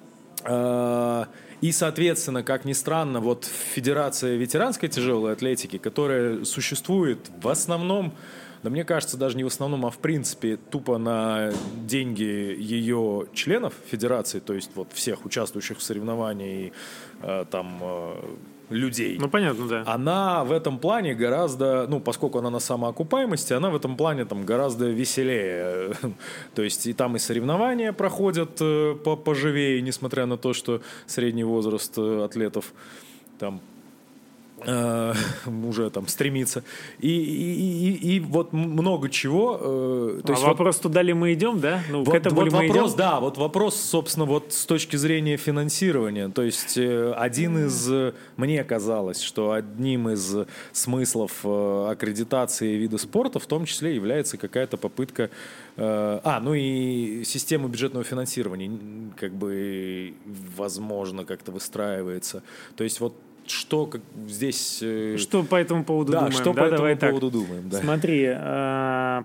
э, И, соответственно, как ни странно, вот Федерация ветеранской тяжелой атлетики, которая существует в основном, да мне кажется, даже не в основном, а в принципе тупо на деньги ее членов Федерации, то есть вот всех участвующих в соревновании, э, там... Э, людей. Ну, понятно, да. Она в этом плане гораздо, ну, поскольку она на самоокупаемости, она в этом плане там гораздо веселее. То есть и там и соревнования проходят поживее, несмотря на то, что средний возраст атлетов там Uh, уже там стремится. И, и, и, и вот много чего. Uh, то а есть вопрос, вот, туда ли мы идем, да? Ну, вот, к этому вот ли мы вопрос, идем? да, вот вопрос, собственно, вот с точки зрения финансирования. То есть один из, мне казалось, что одним из смыслов аккредитации вида спорта в том числе является какая-то попытка, а, ну и система бюджетного финансирования как бы возможно как-то выстраивается. То есть вот что как, здесь... Э... Что по этому поводу да, думаем? Что да, по давай этому так. поводу думаем? Да. Смотри, э...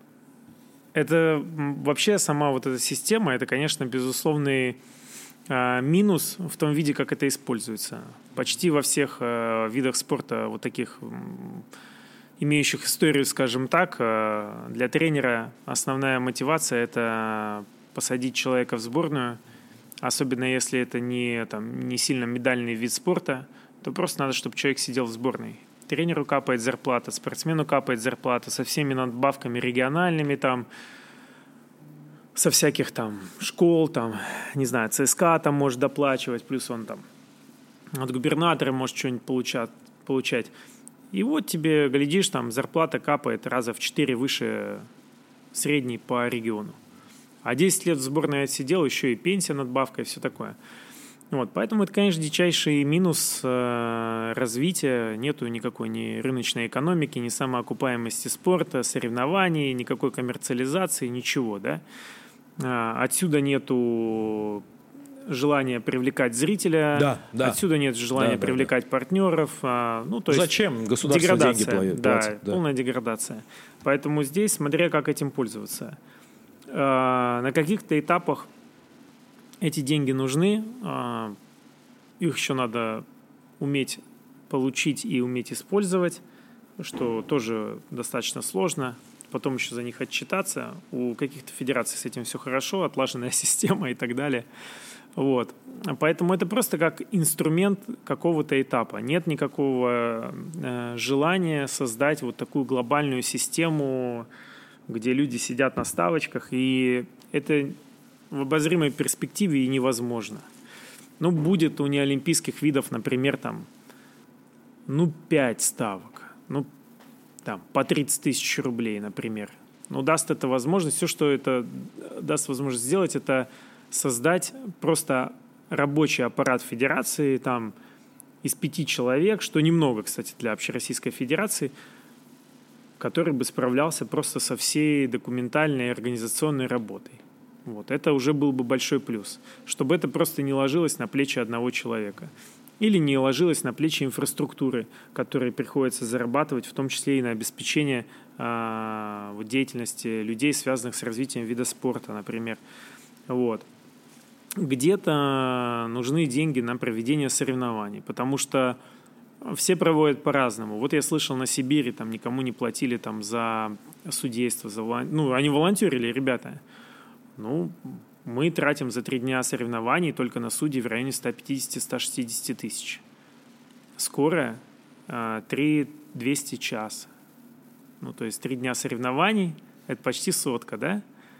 это вообще сама вот эта система, это, конечно, безусловный э, минус в том виде, как это используется. Почти во всех э, видах спорта, вот таких, э, имеющих историю, скажем так, э, для тренера основная мотивация – это посадить человека в сборную, особенно если это не, там, не сильно медальный вид спорта, то просто надо, чтобы человек сидел в сборной. Тренеру капает зарплата, спортсмену капает зарплата со всеми надбавками региональными, там, со всяких там школ, там, не знаю, ЦСКА там может доплачивать, плюс он там от губернатора может что-нибудь получать, получать. И вот тебе, глядишь, там зарплата капает раза в четыре выше средней по региону. А десять лет в сборной отсидел, еще и пенсия, надбавка и все такое. Вот, поэтому это, конечно, дичайший минус э, развития. Нету никакой ни рыночной экономики, ни самоокупаемости спорта, соревнований, никакой коммерциализации, ничего, да. А, отсюда нету желания привлекать зрителя, да, да. отсюда нет желания да, привлекать да, да. партнеров. А, ну, то есть зачем государство деньги платит? Да, да, полная деградация. Поэтому здесь, смотря как этим пользоваться. А, на каких-то этапах эти деньги нужны, а, их еще надо уметь получить и уметь использовать, что тоже достаточно сложно. Потом еще за них отчитаться. У каких-то федераций с этим все хорошо, отлаженная система и так далее. Вот. Поэтому это просто как инструмент какого-то этапа. Нет никакого э, желания создать вот такую глобальную систему, где люди сидят на ставочках, и это в обозримой перспективе и невозможно. Ну, будет у неолимпийских видов, например, там, ну, пять ставок. Ну, там, по тридцать тысяч рублей, например. Ну, даст это возможность, все, что это даст возможность сделать, это создать просто рабочий аппарат федерации, там, из пяти человек, что немного, кстати, для Общероссийской Федерации, который бы справлялся просто со всей документальной и организационной работой. Вот. Это уже был бы большой плюс. Чтобы это просто не ложилось на плечи одного человека. Или не ложилось на плечи инфраструктуры, которые приходится зарабатывать, в том числе и на обеспечение э, вот, деятельности людей, связанных с развитием вида спорта, например. Вот. Где-то нужны деньги на проведение соревнований, потому что все проводят по-разному. Вот я слышал, на Сибири там никому не платили там, за судейство, за волон... ну, они волонтерили, ребята. Ну, мы тратим за три дня соревнований только на судей в районе сто пятьдесят - сто шестьдесят тысяч. Скоро три тысячи двести час. Ну, то есть три дня соревнований – это почти сотка, да?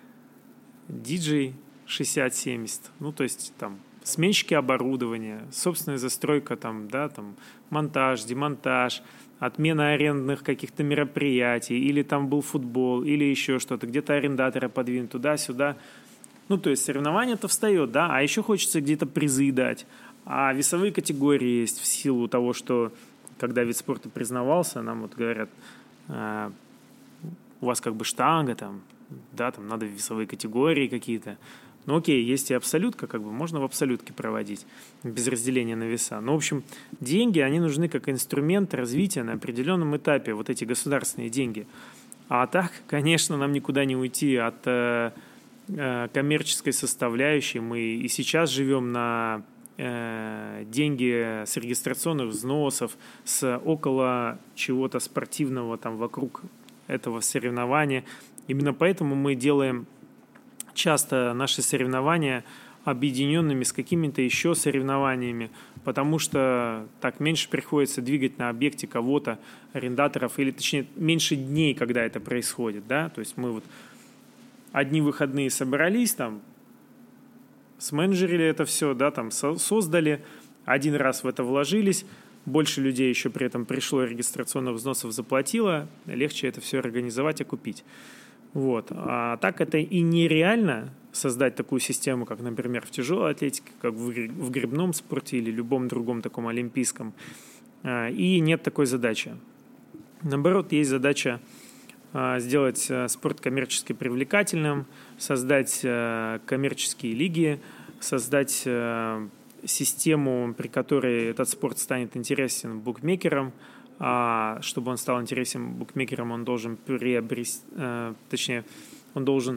Диджей шестьдесят - семьдесят. Ну, то есть там сменщики оборудования, собственная застройка, там, да, там, монтаж, демонтаж, отмена арендных каких-то мероприятий, или там был футбол, или еще что-то, где-то арендатора подвинут туда-сюда. Ну, то есть соревнование-то встает, да, а еще хочется где-то призы дать. А весовые категории есть в силу того, что когда вид спорта признавался, нам вот говорят, э, у вас как бы штанга, там, да, там надо весовые категории какие-то. Ну, окей, есть и абсолютка, как бы можно в абсолютке проводить, без разделения на веса. Ну, в общем, деньги, они нужны как инструмент развития на определенном этапе, вот эти государственные деньги. А так, конечно, нам никуда не уйти от э, э, коммерческой составляющей. Мы и сейчас живем на э, деньги с регистрационных взносов, с около чего-то спортивного там вокруг этого соревнования. Именно поэтому мы делаем часто наши соревнования объединенными с какими-то еще соревнованиями, потому что так меньше приходится двигать на объекте кого-то, арендаторов, или точнее меньше дней, когда это происходит, да, то есть мы вот одни выходные собрались, там, сменеджерили это все, да, там, создали, один раз в это вложились, больше людей еще при этом пришло, регистрационных взносов заплатило, легче это все организовать и купить. Вот. А так это и нереально создать такую систему, как, например, в тяжелой атлетике, как в гребном спорте или любом другом таком олимпийском. И нет такой задачи. Наоборот, есть задача сделать спорт коммерчески привлекательным, создать коммерческие лиги, создать систему, при которой этот спорт станет интересен букмекерам. А чтобы он стал интересен букмекерам, он должен приобрести, э, точнее, он должен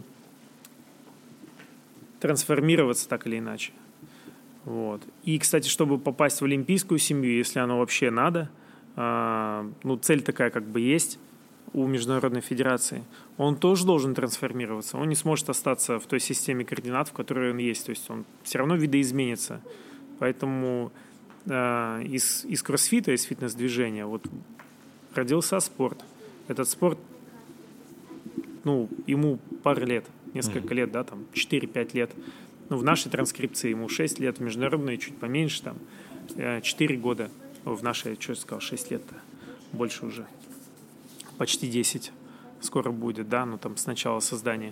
трансформироваться так или иначе. Вот. И, кстати, чтобы попасть в олимпийскую семью, если оно вообще надо, э, ну, цель такая как бы есть у Международной Федерации, он тоже должен трансформироваться. Он не сможет остаться в той системе координат, в которой он есть. То есть он все равно видоизменится. Поэтому Из, из кроссфита, из фитнес-движения вот родился спорт. Этот спорт, ну, ему пару лет, несколько mm-hmm. лет, да, там, четыре-пять лет. Ну, в нашей транскрипции ему шесть лет, в международной чуть поменьше, там, четыре года. В нашей, что я сказал, шесть лет-то, больше уже. Почти десять скоро будет, да, ну, там, с начала создания.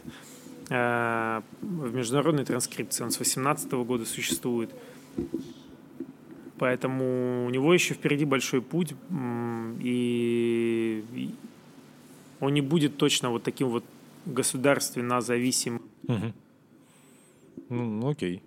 В международной транскрипции он с восемнадцатого года существует. Поэтому у него еще впереди большой путь, и он не будет точно вот таким вот государственно зависимым. Угу. Ну, окей.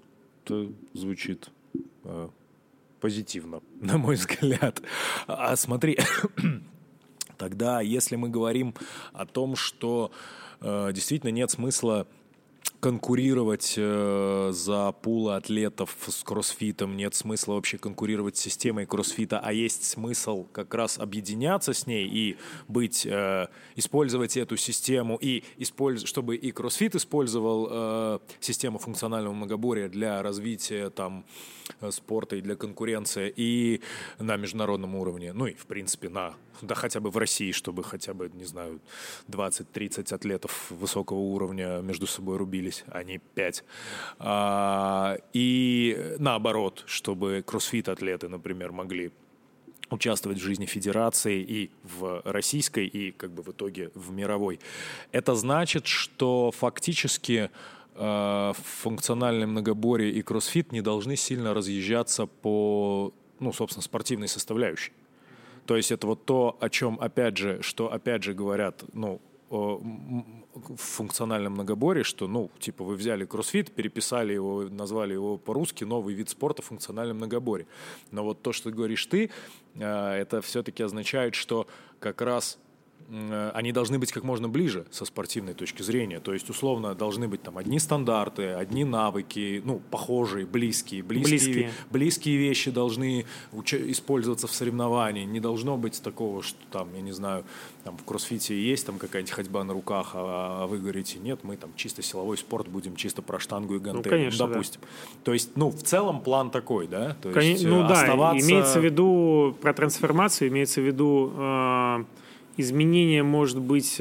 это звучит э, позитивно, на мой взгляд. А смотри, тогда если мы говорим о том, что э, действительно нет смысла конкурировать э, за пулы атлетов с кроссфитом, нет смысла вообще конкурировать с системой кроссфита, а есть смысл как раз объединяться с ней и быть, э, использовать эту систему, и использ... чтобы и кроссфит использовал э, систему функционального многоборья для развития там, спорта и для конкуренции и на международном уровне, ну и в принципе на, да хотя бы в России, чтобы хотя бы, не знаю, двадцать-тридцать атлетов высокого уровня между собой рубились, а не пять. А, и наоборот, чтобы кроссфит-атлеты, например, могли участвовать в жизни федерации и в российской, и как бы в итоге в мировой. Это значит, что фактически функциональное многоборье и кроссфит не должны сильно разъезжаться по, ну, собственно, спортивной составляющей. То есть это вот то, о чем, опять же, что, опять же, говорят, ну, в функциональном многоборье, что, ну, типа, вы взяли кроссфит, переписали его, назвали его по-русски новый вид спорта функциональное многоборье. Но вот то, что говоришь ты, это все-таки означает, что как раз они должны быть как можно ближе со спортивной точки зрения. То есть, условно, должны быть там одни стандарты, одни навыки, ну, похожие, близкие. Близкие, близкие. близкие вещи должны уча- использоваться в соревновании. Не должно быть такого, что там, я не знаю, там в кроссфите есть там какая-нибудь ходьба на руках, а, а вы говорите, нет, мы там чисто силовой спорт будем, чисто про штангу и гантели, ну, конечно, ну, допустим. Да. То есть, ну, в целом план такой, да? То Кон... есть, ну, оставаться... да, имеется в виду про трансформацию, имеется в виду... Э... изменение, может быть,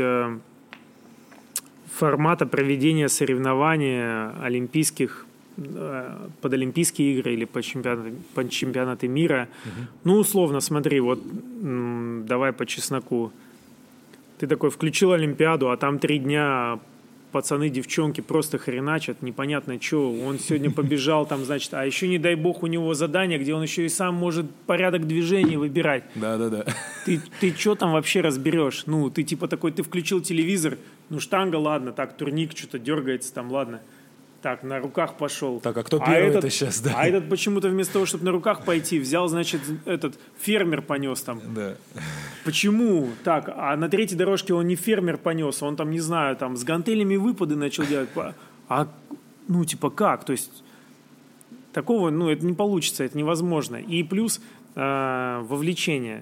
формата проведения соревнований олимпийских, под Олимпийские игры или под чемпионаты, под чемпионаты мира. Угу. Ну, условно, смотри, вот давай по чесноку. Ты такой включил Олимпиаду, а там три дня пацаны, девчонки просто хреначат, непонятно что. Он сегодня побежал там, значит, а еще, не дай бог, у него задание, где он еще и сам может порядок движений выбирать. Да-да-да. Ты, ты что там вообще разберешь? Ну, ты типа такой, ты включил телевизор, ну, штанга, ладно, так, турник что-то дергается там, ладно. Так, на руках пошел. Так, а кто первый-то а сейчас, да? А этот почему-то вместо того, чтобы на руках пойти, взял, значит, этот фермер понес там. Да. Почему? Так, а на третьей дорожке он не фермер понес, он там, не знаю, там с гантелями выпады начал делать. А, ну, типа, как? То есть, такого, ну, это не получится, это невозможно. И плюс э, вовлечение.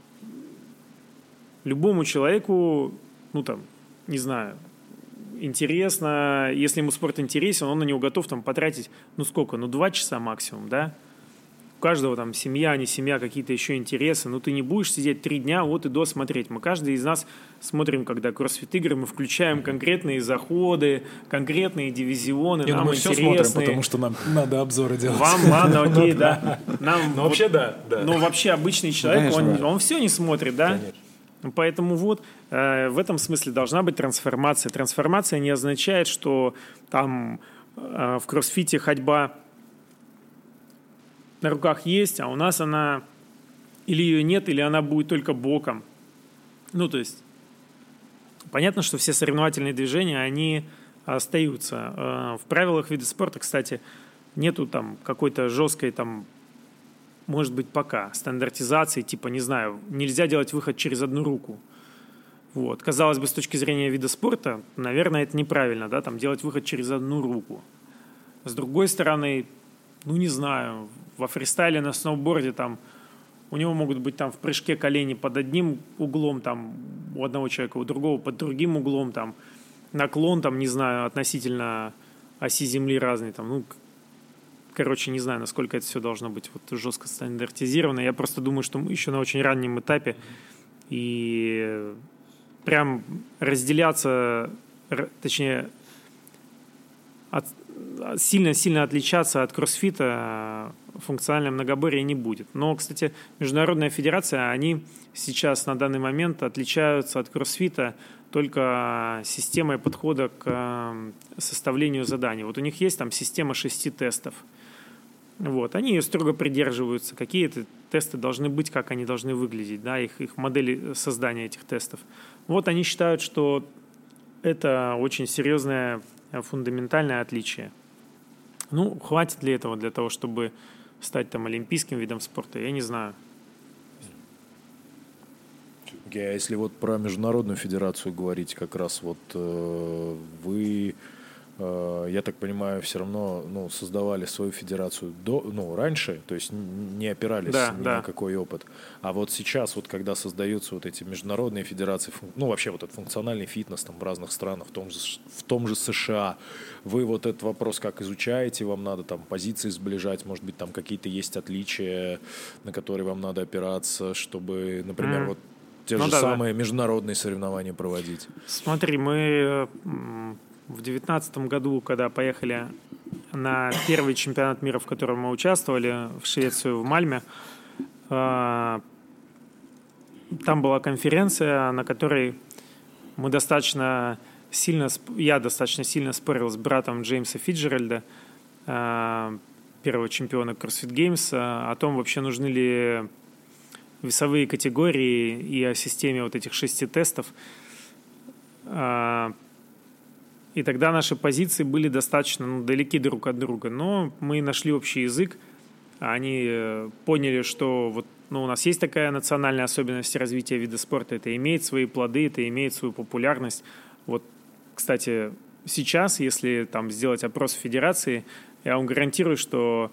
Любому человеку, ну, там, не знаю, интересно, если ему спорт интересен, он на него готов там потратить, ну сколько, ну два часа максимум, да? У каждого там семья, не семья, какие-то еще интересы, но ты не будешь сидеть три дня вот и до смотреть. Мы каждый из нас смотрим, когда кроссфит-игры, мы включаем конкретные заходы, конкретные дивизионы, Я нам думаю, интересные. все смотрим, потому что нам надо обзоры делать. Вам ладно, окей, да. Ну вообще да. Но вообще обычный человек, он все не смотрит, да? Конечно. Поэтому вот э, в этом смысле должна быть трансформация. Трансформация не означает, что там э, в кроссфите ходьба на руках есть, а у нас она или ее нет, или она будет только боком. Ну, то есть понятно, что все соревновательные движения, они остаются. Э, в правилах вида спорта, кстати, нету там какой-то жесткой там, может быть, пока стандартизации, типа, не знаю, нельзя делать выход через одну руку. Вот. Казалось бы, с точки зрения вида спорта, наверное, это неправильно, да, там делать выход через одну руку. С другой стороны, ну, не знаю, во фристайле на сноуборде там у него могут быть там в прыжке колени под одним углом, там у одного человека, у другого под другим углом, там наклон, там, не знаю, относительно оси земли разный, там, ну, короче, не знаю, насколько это все должно быть вот жестко стандартизировано. Я просто думаю, что мы еще на очень раннем этапе. И прям разделяться, точнее, от, сильно-сильно отличаться от кроссфита функциональное многоборье не будет. Но, кстати, Международная федерация, они сейчас на данный момент отличаются от кроссфита только системой подхода к составлению заданий. Вот у них есть там система шести тестов. Вот. Они ее строго придерживаются. Какие-то тесты должны быть, как они должны выглядеть, да, их, их модели создания этих тестов. Вот они считают, что это очень серьезное фундаментальное отличие. Ну, хватит ли этого для того, чтобы стать там олимпийским видом спорта, я не знаю. А если вот про международную федерацию говорить, как раз вот э, вы, э, я так понимаю, все равно ну, создавали свою федерацию до, ну, раньше, то есть не опирались да, ни да. на какой опыт. А вот сейчас, вот когда создаются вот эти международные федерации, ну вообще вот этот функциональный фитнес там в разных странах, в том же, в том же США, вы вот этот вопрос как изучаете, вам надо там позиции сближать, может быть там какие-то есть отличия, на которые вам надо опираться, чтобы, например, mm. вот те ну, же да, самые да. международные соревнования проводить. Смотри, мы в девятнадцатом году, когда поехали на первый чемпионат мира, в котором мы участвовали, в Швецию, в Мальме, там была конференция, на которой мы достаточно сильно, я достаточно сильно спорил с братом Джеймса Фитджеральда, первого чемпиона CrossFit Games, о том, вообще нужны ли весовые категории и о системе вот этих шести тестов. И тогда наши позиции были достаточно ну, далеки друг от друга. Но мы нашли общий язык. Они поняли, что вот, ну, у нас есть такая национальная особенность развития вида спорта. Это имеет свои плоды, это имеет свою популярность. Вот, кстати, сейчас, если там сделать опрос в федерации, я вам гарантирую, что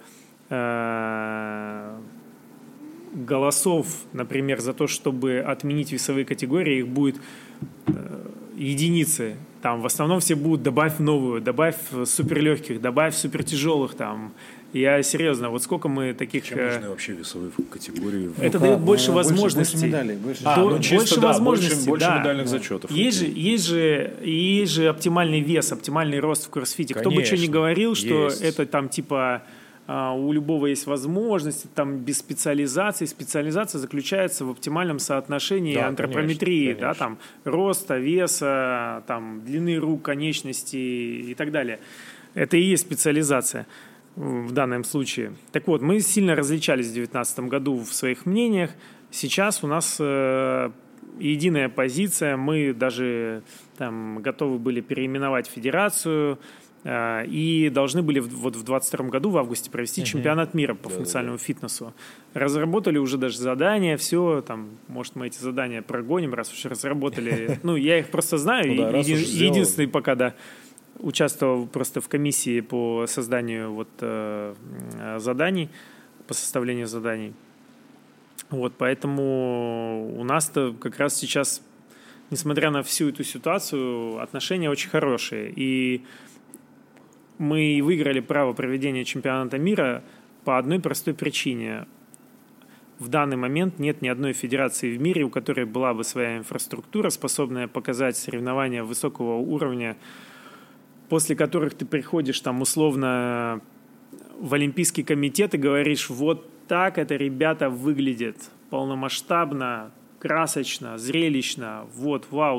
э- голосов, например, за то, чтобы отменить весовые категории, их будет э, единицы. Там в основном все будут добавь новую, добавь суперлегких, добавь супертяжелых. Там. Я серьезно, вот сколько мы таких... Чем нужны вообще весовые категории? Это дает больше ну, возможностей. Больше медалей. Больше, а, ну, чисто, больше да, возможностей. Больше, больше да. медальных да. зачетов. Есть же, есть, же, есть же оптимальный вес, оптимальный рост в кроссфите. Кто бы что ни говорил, что есть. Это там типа... у любого есть возможности, там без специализации. Специализация заключается в оптимальном соотношении да, антропометрии, конечно, да, там, роста, веса, там, длины рук, конечностей и так далее. Это и есть специализация в данном случае. Так вот, мы сильно различались в две тысячи девятнадцатом году в своих мнениях. Сейчас у нас э, единая позиция. Мы даже там, готовы были переименовать федерацию, и должны были вот в двадцать втором году, в августе, провести uh-huh. чемпионат мира по да, функциональному да, да. фитнесу. Разработали уже даже задания, все, там, может, мы эти задания прогоним, раз уж разработали. Ну, я их просто знаю. Ну, да, Еди- единственный пока, да, участвовал просто в комиссии по созданию вот э, заданий, по составлению заданий. Вот, поэтому у нас-то как раз сейчас, несмотря на всю эту ситуацию, отношения очень хорошие. И мы выиграли право проведения чемпионата мира по одной простой причине. В данный момент нет ни одной федерации в мире, у которой была бы своя инфраструктура, способная показать соревнования высокого уровня, после которых ты приходишь там условно в Олимпийский комитет и говоришь, вот так это, ребята, выглядит полномасштабно, красочно, зрелищно, вот, вау,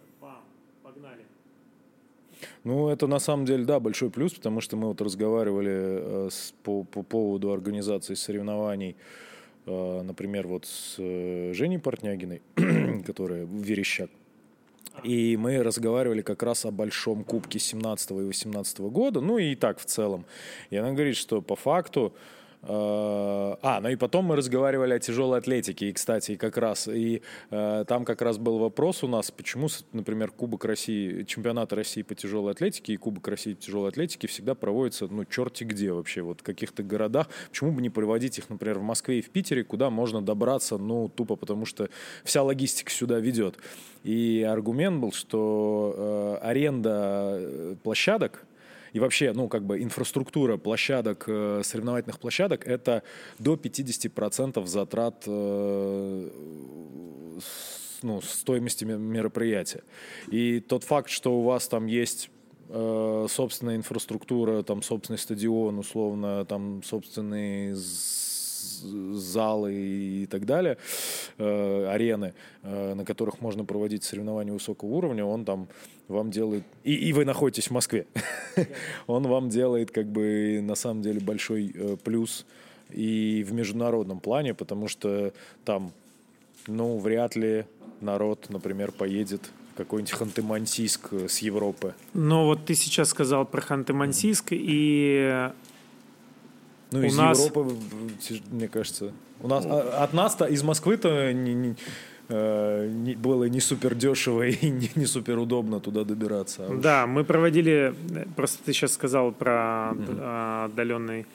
Ну, это на самом деле, да, большой плюс, потому что мы вот разговаривали э, с, по, по поводу организации соревнований, э, например, вот с э, Женей Портнягиной, которая Верещак, и мы разговаривали как раз о большом кубке семнадцатого и восемнадцатого года, ну и так в целом. И она говорит, что по факту А, ну и потом мы разговаривали о тяжелой атлетике, и, кстати, как раз, и э, там как раз был вопрос у нас, почему, например, Кубок России, чемпионаты России по тяжелой атлетике и Кубок России по тяжелой атлетике всегда проводятся, ну, черти где вообще, вот в каких-то городах, почему бы не проводить их, например, в Москве и в Питере, куда можно добраться, ну, тупо потому что вся логистика сюда ведет. И аргумент был, что э, аренда площадок, и вообще, ну, как бы инфраструктура площадок, э, соревновательных площадок, это до пятьдесят процентов затрат э, с, ну, стоимости мероприятия. И тот факт, что у вас там есть э, собственная инфраструктура, там собственный стадион, условно, там собственные залы и так далее, э, арены, э, на которых можно проводить соревнования высокого уровня, он там вам делает... И, и вы находитесь в Москве. Он вам делает, как бы, на самом деле, большой э, плюс и в международном плане, потому что там, ну, вряд ли народ, например, поедет какой-нибудь Ханты-Мансийск с Европы. Ну, вот ты сейчас сказал про Ханты-Мансийск, mm-hmm. и ну, у из нас... Европы, мне кажется, у нас от нас-то из Москвы-то не, не, не, было не супер дешево и не, не супер удобно туда добираться. А да, уж... мы проводили, просто ты сейчас сказал про mm-hmm. отдаленный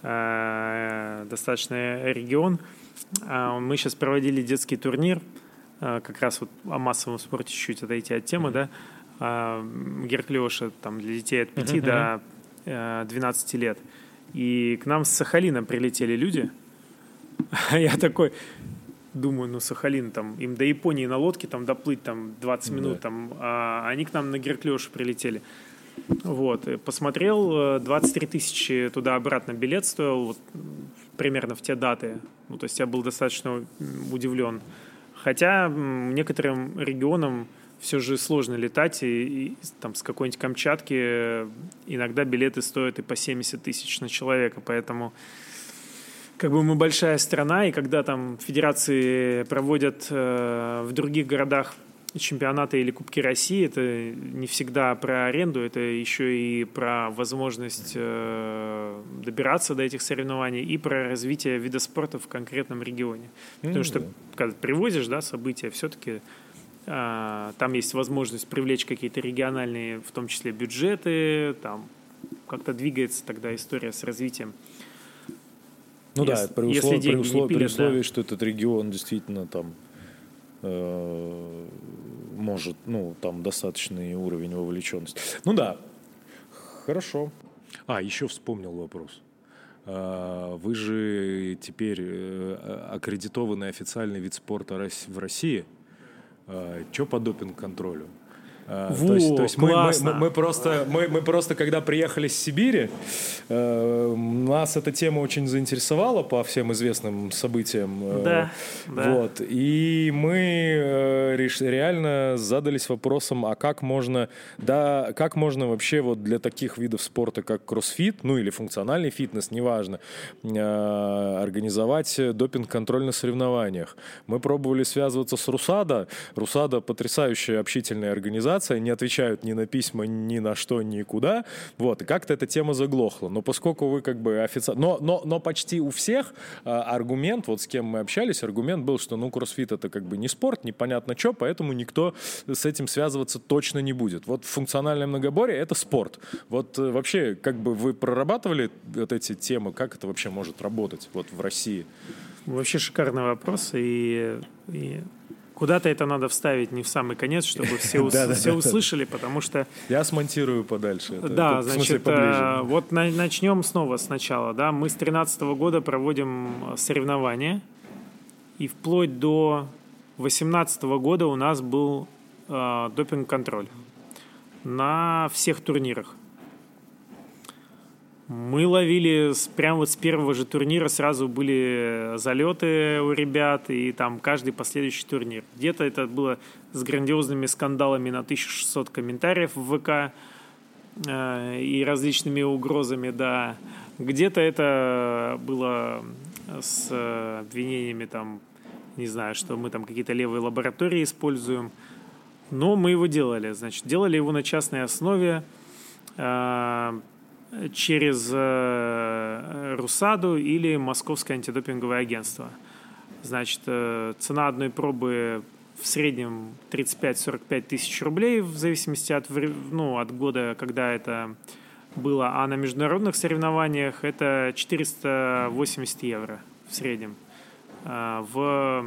э, достаточно регион. Мы сейчас проводили детский турнир, как раз вот о массовом спорте чуть-чуть отойти от темы, mm-hmm. да, Герклёша, там для детей от пяти mm-hmm. до двенадцати лет. И к нам с Сахалина прилетели люди. А я такой думаю, ну Сахалин, там, им до Японии на лодке там доплыть там двадцать минут, да. там, а они к нам на Герклёшу прилетели. Вот, и посмотрел, двадцать три тысячи туда-обратно билет стоил, вот, примерно в те даты. Ну, то есть я был достаточно удивлен. Хотя некоторым регионам все же сложно летать, и, и там с какой-нибудь Камчатки иногда билеты стоят и по семьдесят тысяч на человека, поэтому как бы мы большая страна, и когда там федерации проводят э, в других городах чемпионаты или Кубки России, это не всегда про аренду, это еще и про возможность э, добираться до этих соревнований и про развитие вида спорта в конкретном регионе. Mm-hmm. Потому что когда привозишь, да, события, все-таки э, там есть возможность привлечь какие-то региональные, в том числе бюджеты, там как-то двигается тогда история с развитием. Ну если, да, при, услов, при, услов, пилят, при условии, да. что этот регион действительно там э, может, ну, там достаточный уровень вовлеченности. Ну да, хорошо. А, еще вспомнил вопрос. А, вы же теперь аккредитованный официальный вид спорта в России. А, что по допинг-контролю? Во, то есть, то есть мы, мы, мы, мы, просто, а. мы, мы просто, когда приехали с Сибири, э, нас эта тема очень заинтересовала по всем известным событиям. Э, да, да. Вот, и мы э, реш, реально задались вопросом, а как можно, да, как можно вообще вот для таких видов спорта, как кроссфит, ну или функциональный фитнес, неважно, э, организовать допинг-контроль на соревнованиях. Мы пробовали связываться с РУСАДА. РУСАДА потрясающая общительная организация, не отвечают ни на письма, ни на что, никуда. Вот, и как-то эта тема заглохла. Но поскольку вы как бы официально... Но, но, но почти у всех а, аргумент, вот с кем мы общались, аргумент был, что ну кроссфит это как бы не спорт, непонятно что, поэтому никто с этим связываться точно не будет. Вот функциональное многоборье это спорт. Вот вообще, как бы вы прорабатывали вот эти темы, как это вообще может работать вот в России? Вообще шикарный вопрос, и... и... Куда-то это надо вставить не в самый конец, чтобы все, ус- да, да, все да, услышали, потому что... Я смонтирую подальше. Это, да, это, значит, в смысле, поближе. Вот на- начнем снова сначала. Да? Мы с две тысячи тринадцатого года проводим соревнования, и вплоть до две тысячи восемнадцатого года у нас был э, допинг-контроль на всех турнирах. Мы ловили прямо вот с первого же турнира, сразу были залеты у ребят, и там каждый последующий турнир. Где-то это было с грандиозными скандалами на тысячу шестьсот комментариев в ВК э, и различными угрозами, да. Где-то это было с обвинениями, там, не знаю, что мы там какие-то левые лаборатории используем. Но мы его делали. Значит, делали его на частной основе, э, через э, РУСАДу или Московское антидопинговое агентство. Значит, э, цена одной пробы в среднем тридцать пять - сорок пять тысяч рублей, в зависимости от, ну, от года, когда это было. А на международных соревнованиях это четыреста восемьдесят евро в среднем. Э, в,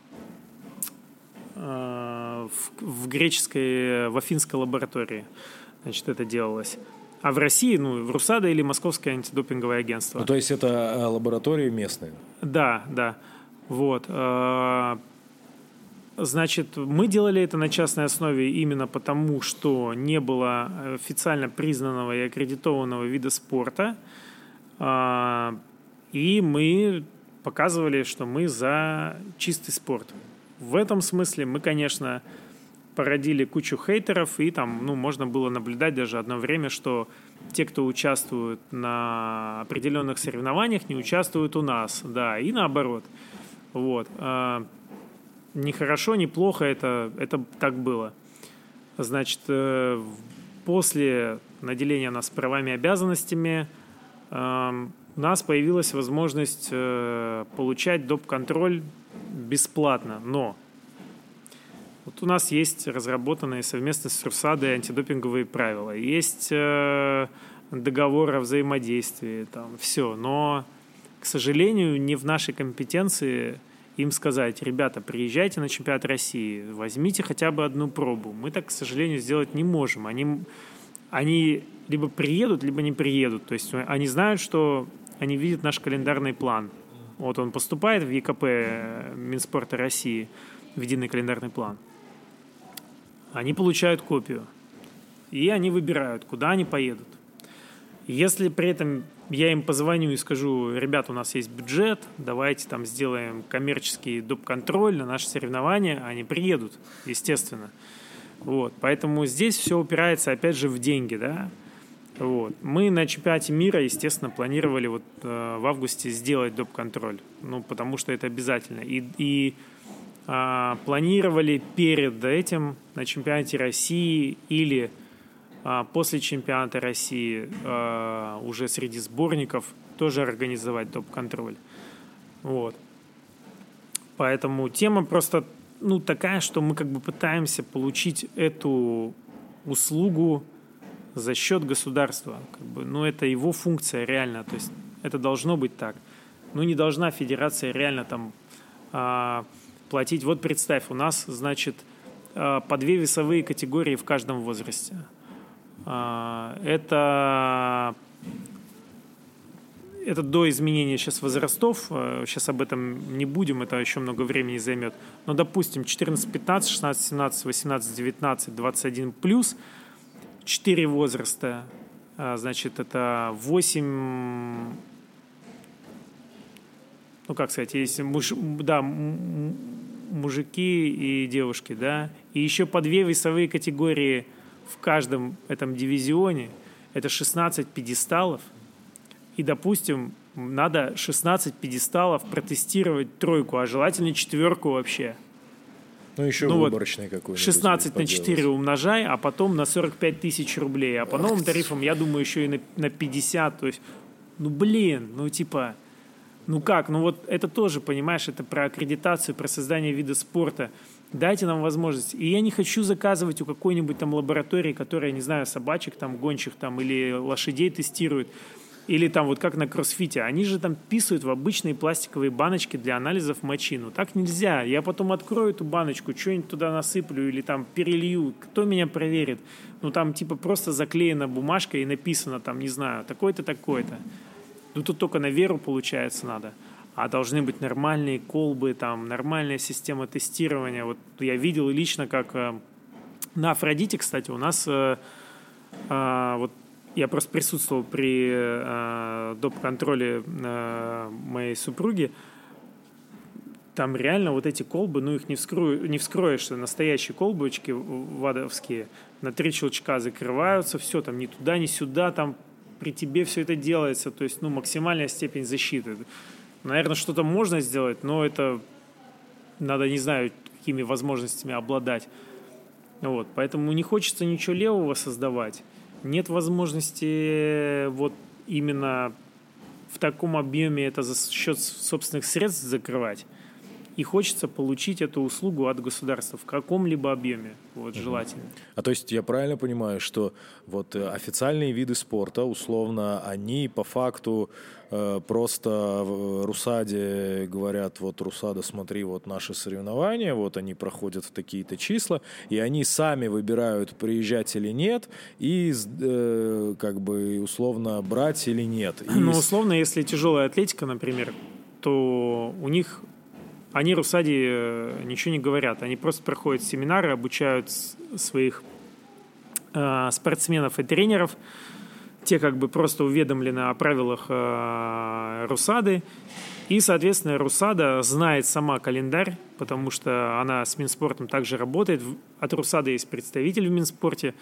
э, в, в греческой, в афинской лаборатории, значит, это делалось. А в России, ну, в РУСАДА или Московское антидопинговое агентство. Ну, то есть это лаборатории местные? Да, да. Вот. Значит, мы делали это на частной основе именно потому, что не было официально признанного и аккредитованного вида спорта. И мы показывали, что мы за чистый спорт. В этом смысле мы, конечно... породили кучу хейтеров, и там, ну, можно было наблюдать даже одно время, что те, кто участвует на определенных соревнованиях, не участвуют у нас, да, и наоборот. Вот. А, ни хорошо, ни плохо это, это так было. Значит, после наделения нас правами и обязанностями у нас появилась возможность получать доп-контроль бесплатно, но вот у нас есть разработанные совместно с Русадой антидопинговые правила, есть договор о взаимодействии, там все, но, к сожалению, не в нашей компетенции им сказать: ребята, приезжайте на чемпионат России, возьмите хотя бы одну пробу. Мы так, к сожалению, сделать не можем. Они, они либо приедут, либо не приедут. То есть они знают, что они видят наш календарный план. Вот он поступает в ЕКП Минспорта России, в единый календарный план. Они получают копию, и они выбирают, куда они поедут. Если при этом я им позвоню и скажу: ребят, у нас есть бюджет, давайте там сделаем коммерческий доп-контроль на наши соревнования, они приедут, естественно. Вот. Поэтому здесь все упирается, опять же, в деньги, да. Вот. Мы на чемпионате мира, естественно, планировали вот, э, в августе сделать доп-контроль, ну, потому что это обязательно. И, и э, планировали перед этим на чемпионате России или э, после чемпионата России э, уже среди сборников тоже организовать доп-контроль. Вот. Поэтому тема просто ну, такая, что мы как бы пытаемся получить эту услугу за счет государства. Как бы, ну, это его функция реально. То есть это должно быть так. Ну, не должна федерация реально там а, платить. Вот представь, у нас, значит, а, по две весовые категории в каждом возрасте. А, это, это до изменения сейчас возрастов. Сейчас об этом не будем, это еще много времени займет. Но, допустим, четырнадцать-пятнадцать, шестнадцать-семнадцать, восемнадцать-девятнадцать, двадцать один плюс, четыре возраста, значит, это восемь, ну, как сказать, есть муж, да, мужики и девушки, да, и еще по две весовые категории в каждом этом дивизионе, это шестнадцать пьедесталов, и, допустим, надо шестнадцать пьедесталов протестировать тройку, а желательно четверку вообще. Ну, еще ну выборочный вот, какой-нибудь. шестнадцать на четыре умножай, а потом на сорок пять тысяч рублей. А по новым тарифам, я думаю, еще и на, на пятьдесят. То есть, ну, блин, ну, типа, ну как? Ну, вот это тоже, понимаешь, это про аккредитацию, про создание вида спорта. Дайте нам возможность. И я не хочу заказывать у какой-нибудь там лаборатории, которая, не знаю, собачек там, гончих там или лошадей тестирует. Или там вот как на кроссфите. Они же там писают в обычные пластиковые баночки для анализов мочи. Ну так нельзя. Я потом открою эту баночку, что-нибудь туда насыплю или там перелью. Кто меня проверит? Ну там типа просто заклеена бумажка и написано там, не знаю, такой-то, такой-то. Ну тут только на веру, получается, надо. А должны быть нормальные колбы, там нормальная система тестирования. Вот я видел лично, как э, на Афродите, кстати, у нас э, э, вот я просто присутствовал при э, доп-контроле э, моей супруги. Там реально вот эти колбы, ну их не, вскрою, не вскроешь, настоящие колбочки вадовские, на три щелчка закрываются, все, там ни туда, ни сюда, там при тебе все это делается, то есть, ну, максимальная степень защиты. Наверное, что-то можно сделать, но это надо, не знаю, какими возможностями обладать. Вот, поэтому не хочется ничего левого создавать. Нет возможности вот именно в таком объеме это за счет собственных средств закрывать. И хочется получить эту услугу от государства в каком-либо объеме, вот, желательно. А то есть я правильно понимаю, что вот официальные виды спорта, условно, они по факту э, просто в Русаде говорят: вот, Русада, смотри, вот наши соревнования, вот они проходят в такие-то числа, и они сами выбирают, приезжать или нет, и э, как бы условно брать или нет. И... Ну, условно, если тяжелая атлетика, например, то у них... Они Русаде ничего не говорят. Они просто проходят семинары, обучают своих э, спортсменов и тренеров. Те как бы просто уведомлены о правилах э, Русады. И, соответственно, Русада знает сама календарь, потому что она с Минспортом также работает. От Русады есть представитель в Минспорте.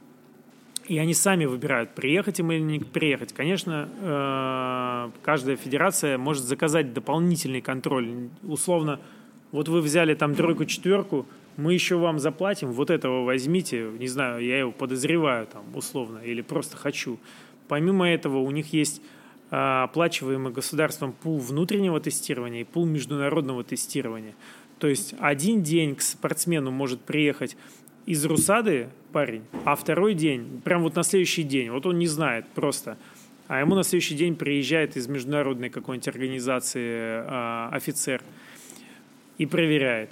И они сами выбирают, приехать им или не приехать. Конечно, каждая федерация может заказать дополнительный контроль. Условно, вот вы взяли там тройку-четверку, мы еще вам заплатим, вот этого возьмите, не знаю, я его подозреваю там условно, или просто хочу. Помимо этого у них есть оплачиваемый государством пул внутреннего тестирования и пул международного тестирования. То есть один день к спортсмену может приехать из Русады парень, а второй день, прям вот на следующий день, вот он не знает просто, а ему на следующий день приезжает из международной какой-нибудь организации э, офицер и проверяет.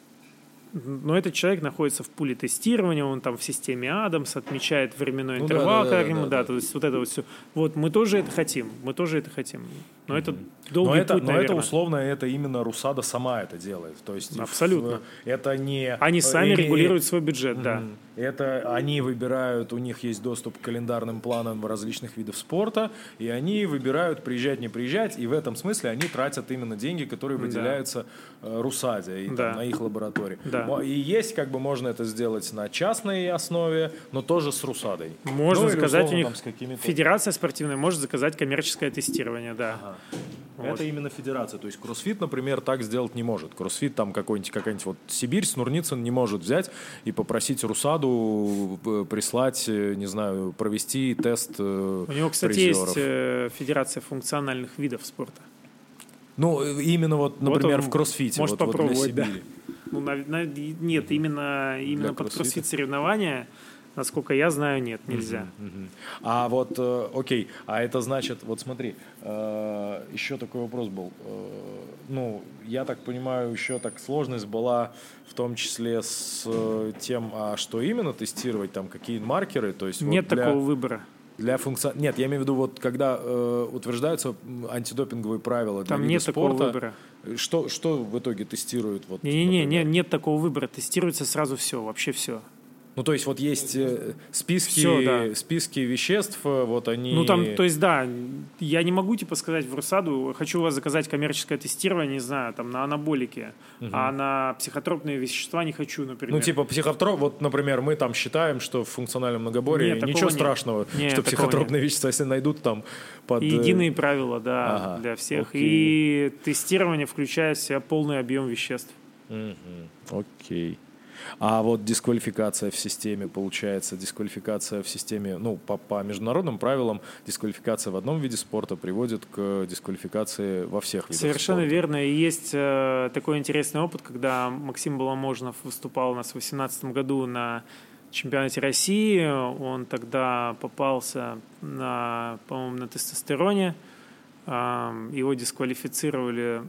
Но этот человек находится в пуле тестирования, он там в системе Адамс, отмечает временной ну, интервал, да, да, да, да, да. То есть вот это вот все. Вот мы тоже это хотим, мы тоже это хотим. Но mm-hmm. это долгий но это, путь, но наверное. это условно, это именно Русада сама это делает. То есть абсолютно. В, это не... Они сами и, регулируют свой бюджет, mm-hmm. да. Это они выбирают, у них есть доступ к календарным планам различных видов спорта, и они выбирают приезжать, не приезжать, и в этом смысле они тратят именно деньги, которые выделяются да. Русаде и да. там, на их лаборатории. Да. И есть, как бы, можно это сделать на частной основе, но тоже с Русадой. Можно ну, заказать условно, у них, там, федерация спортивная может заказать коммерческое тестирование, да. Ага. Вот. Это именно федерация, то есть кроссфит, например, так сделать не может. Кроссфит, там какой-нибудь, какая-нибудь вот Сибирь, Снурницын не может взять и попросить Русаду прислать, не знаю, провести тест призеров. У него, кстати, есть федерация функциональных видов спорта. Ну, именно вот, например, вот в кроссфите. Может вот, попробовать, вот для Сибири. Да. Ну, на, на, нет, именно, именно под кроссфит соревнования, насколько я знаю, нет, нельзя. Uh-huh, uh-huh. А вот, э, окей, а это значит, вот смотри, э, еще такой вопрос был. Э, ну, я так понимаю, еще так сложность была в том числе с э, тем, а что именно тестировать, там, какие маркеры, то есть... Нет вот для... такого выбора. Для функци... Нет, я имею в виду, вот когда э, утверждаются антидопинговые правила для там вида нет спорта, такого выбора. Что, что в итоге тестируют? Вот, Не-не-не, не, нет такого выбора. Тестируется сразу все, вообще все. Ну, то есть вот есть э, списки, все, да. списки веществ, вот они... Ну, там, то есть, да, я не могу, типа, сказать в Русаду, хочу у вас заказать коммерческое тестирование, не знаю, там, на анаболики, угу. а на психотропные вещества не хочу, например. Ну, типа, психотроп, вот, например, мы там считаем, что в функциональном многоборье нет, ничего страшного, нет, что психотропные нет. вещества, если найдут там под... И единые правила, да, ага, для всех. Окей. И тестирование включает в себя полный объем веществ. Угу. Окей. А вот дисквалификация в системе, получается, дисквалификация в системе, ну, по, по международным правилам, дисквалификация в одном виде спорта приводит к дисквалификации во всех видах Совершенно спорта. верно. И есть э, такой интересный опыт, когда Максим Баламожнов выступал у нас в две тысячи восемнадцатом году на чемпионате России. Он тогда попался, на, по-моему, на тестостероне. Э, его дисквалифицировали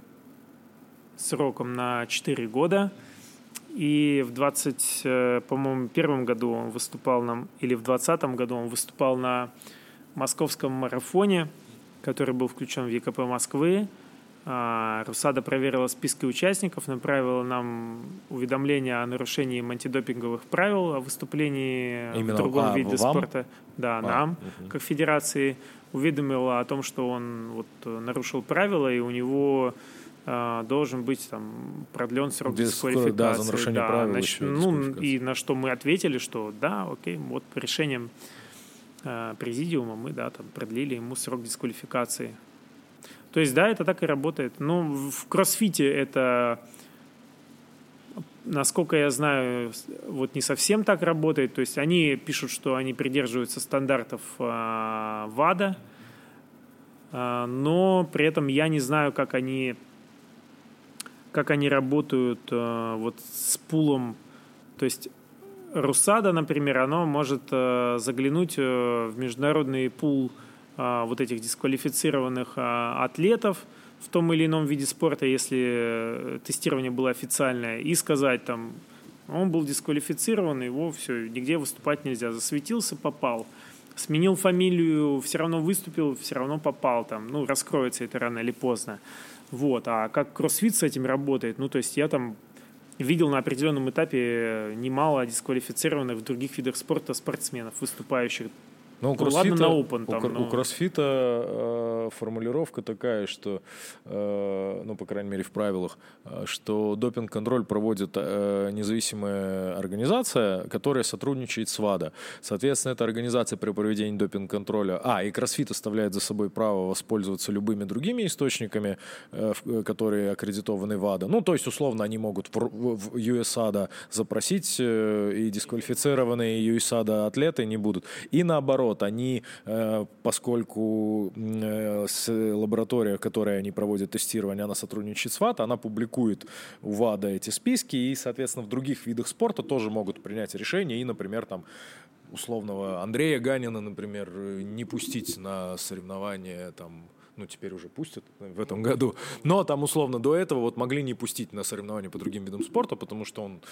сроком на четыре года. И в двадцать, по-моему, первом году он выступал нам, или в двадцатом году он выступал на московском марафоне, который был включен в ЕКП Москвы. Русада проверила списки участников, направила нам уведомление о нарушении антидопинговых правил, о выступлении Именно, в другом а, виде вам? спорта. Да, а, нам, угу. как федерации, уведомила о том, что он вот нарушил правила, и у него... должен быть там продлен срок Без, дисквалификации. Да, за нарушение да, правил. Нач... Ну, и на что мы ответили, что да, окей, вот по решениям э, президиума мы да, там, продлили ему срок дисквалификации. То есть, да, это так и работает. Ну, в кроссфите это, насколько я знаю, вот не совсем так работает. То есть, они пишут, что они придерживаются стандартов э, ВАДА, э, но при этом я не знаю, как они... как они работают э, вот с пулом. То есть Русада, например, она может э, заглянуть э, в международный пул э, вот этих дисквалифицированных э, атлетов в том или ином виде спорта, если тестирование было официальное, и сказать там, он был дисквалифицирован, его все, нигде выступать нельзя. Засветился, попал. Сменил фамилию, все равно выступил, все равно попал. Там, ну, раскроется это рано или поздно. Вот. А как кроссфит с этим работает? Ну, то есть я там видел на определенном этапе немало дисквалифицированных в других видах спорта спортсменов, выступающих. Но у ну, ладно на Open. У, там, у, но... у кроссфита э, формулировка такая, что, э, ну, по крайней мере, в правилах, э, что допинг-контроль проводит э, независимая организация, которая сотрудничает с ВАДА. Соответственно, эта организация при проведении допинг-контроля... А, и кроссфит оставляет за собой право воспользоваться любыми другими источниками, э, которые аккредитованы ВАДА. Ну, то есть, условно, они могут в, в, в ю эс эй эй ди эй запросить, э, и дисквалифицированные ю эс эй эй ди эй атлеты не будут. И наоборот, они, поскольку с лабораторией, в которой они проводят тестирование, она сотрудничает с ВАДА, она публикует у ВАДА эти списки, и, соответственно, в других видах спорта тоже могут принять решение и, например, там, условного Андрея Ганина, например, не пустить на соревнования, там, ну, теперь уже пустят в этом году. Но там, условно, до этого вот могли не пустить на соревнования по другим видам спорта, потому что он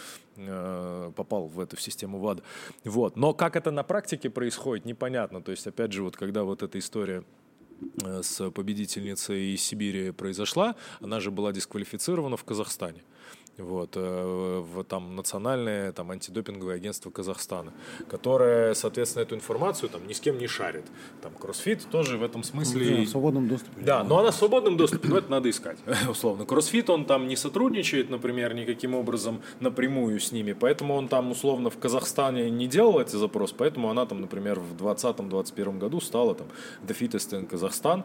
э, попал в эту в систему ВАДА. Вот. Но как это на практике происходит, непонятно. То есть, опять же, вот когда вот эта история э, с победительницей из Сибири произошла, она же была дисквалифицирована в Казахстане. Вот, э, в там национальное там, антидопинговое агентство Казахстана, которое, соответственно, эту информацию там ни с кем не шарит. Там кроссфит тоже в этом смысле... Да, в свободном доступе. Да, но она в свободном доступе, но это надо искать, условно. Кроссфит, он там не сотрудничает, например, никаким образом напрямую с ними, поэтому он там, условно, в Казахстане не делал эти запросы, поэтому она там, например, в двадцатом-двадцать первом году стала там The Fittest in Казахстан,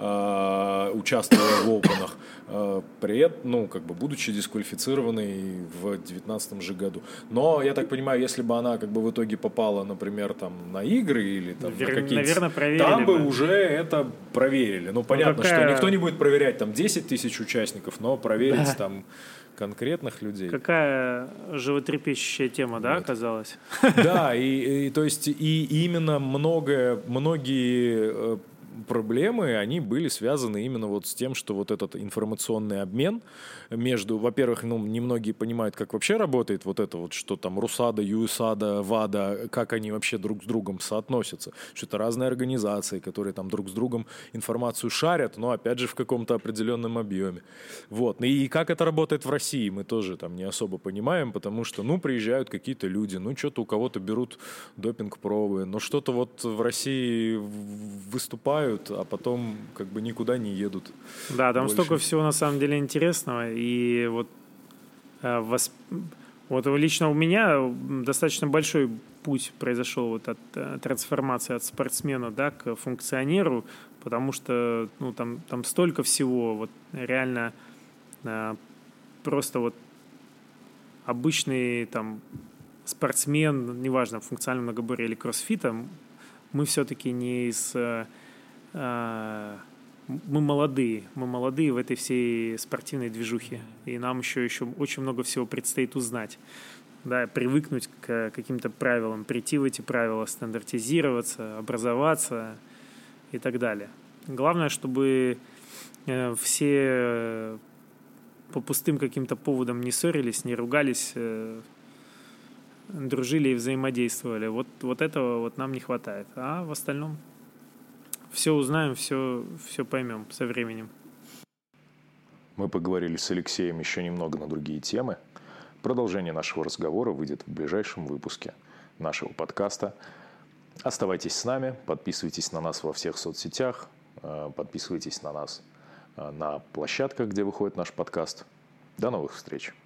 э, участвуя в опенах, э, при этом, ну, как бы, будучи дисквалифицированной в девятнадцатом же году. Но, я так понимаю, если бы она как бы в итоге попала, например, там на игры или там Навер... на какие-то... Наверное, проверили там бы, бы. уже это проверили. Ну, понятно, какая... что никто не будет проверять там десять тысяч участников, но проверить да. там конкретных людей. Какая животрепещущая тема, да, вот. Оказалась? Да, и, и то есть и именно многое, многие проблемы, они были связаны именно вот с тем, что вот этот информационный обмен между, во-первых, ну, немногие понимают, как вообще работает вот это вот, что там РУСАДА, ю эс эй эй ди, ВАДА, как они вообще друг с другом соотносятся, что это разные организации, которые там друг с другом информацию шарят, но опять же в каком-то определенном объеме. Вот. И как это работает в России, мы тоже там не особо понимаем, потому что, ну, приезжают какие-то люди, ну, что-то у кого-то берут допинг-пробы, но что-то вот в России выступают, а потом как бы никуда не едут. Да, там больше. Столько всего на самом деле интересного, и вот, э, восп... вот лично у меня достаточно большой путь произошел вот от э, трансформации от спортсмена, да, к функционеру, потому что, ну, там, там столько всего, вот реально э, просто вот обычный там спортсмен, неважно, в функциональном многоборье или кроссфита, мы все-таки не из... Э, мы молодые, мы молодые в этой всей спортивной движухе, и нам еще, еще очень много всего предстоит узнать, да, привыкнуть к каким-то правилам, прийти в эти правила, стандартизироваться, образоваться и так далее. Главное, чтобы все по пустым каким-то поводам не ссорились, не ругались, дружили и взаимодействовали. Вот, вот этого вот нам не хватает, а в остальном... Все узнаем, все, все поймем со временем. Мы поговорили с Алексеем еще немного на другие темы. Продолжение нашего разговора выйдет в ближайшем выпуске нашего подкаста. Оставайтесь с нами, подписывайтесь на нас во всех соцсетях, подписывайтесь на нас на площадках, где выходит наш подкаст. До новых встреч!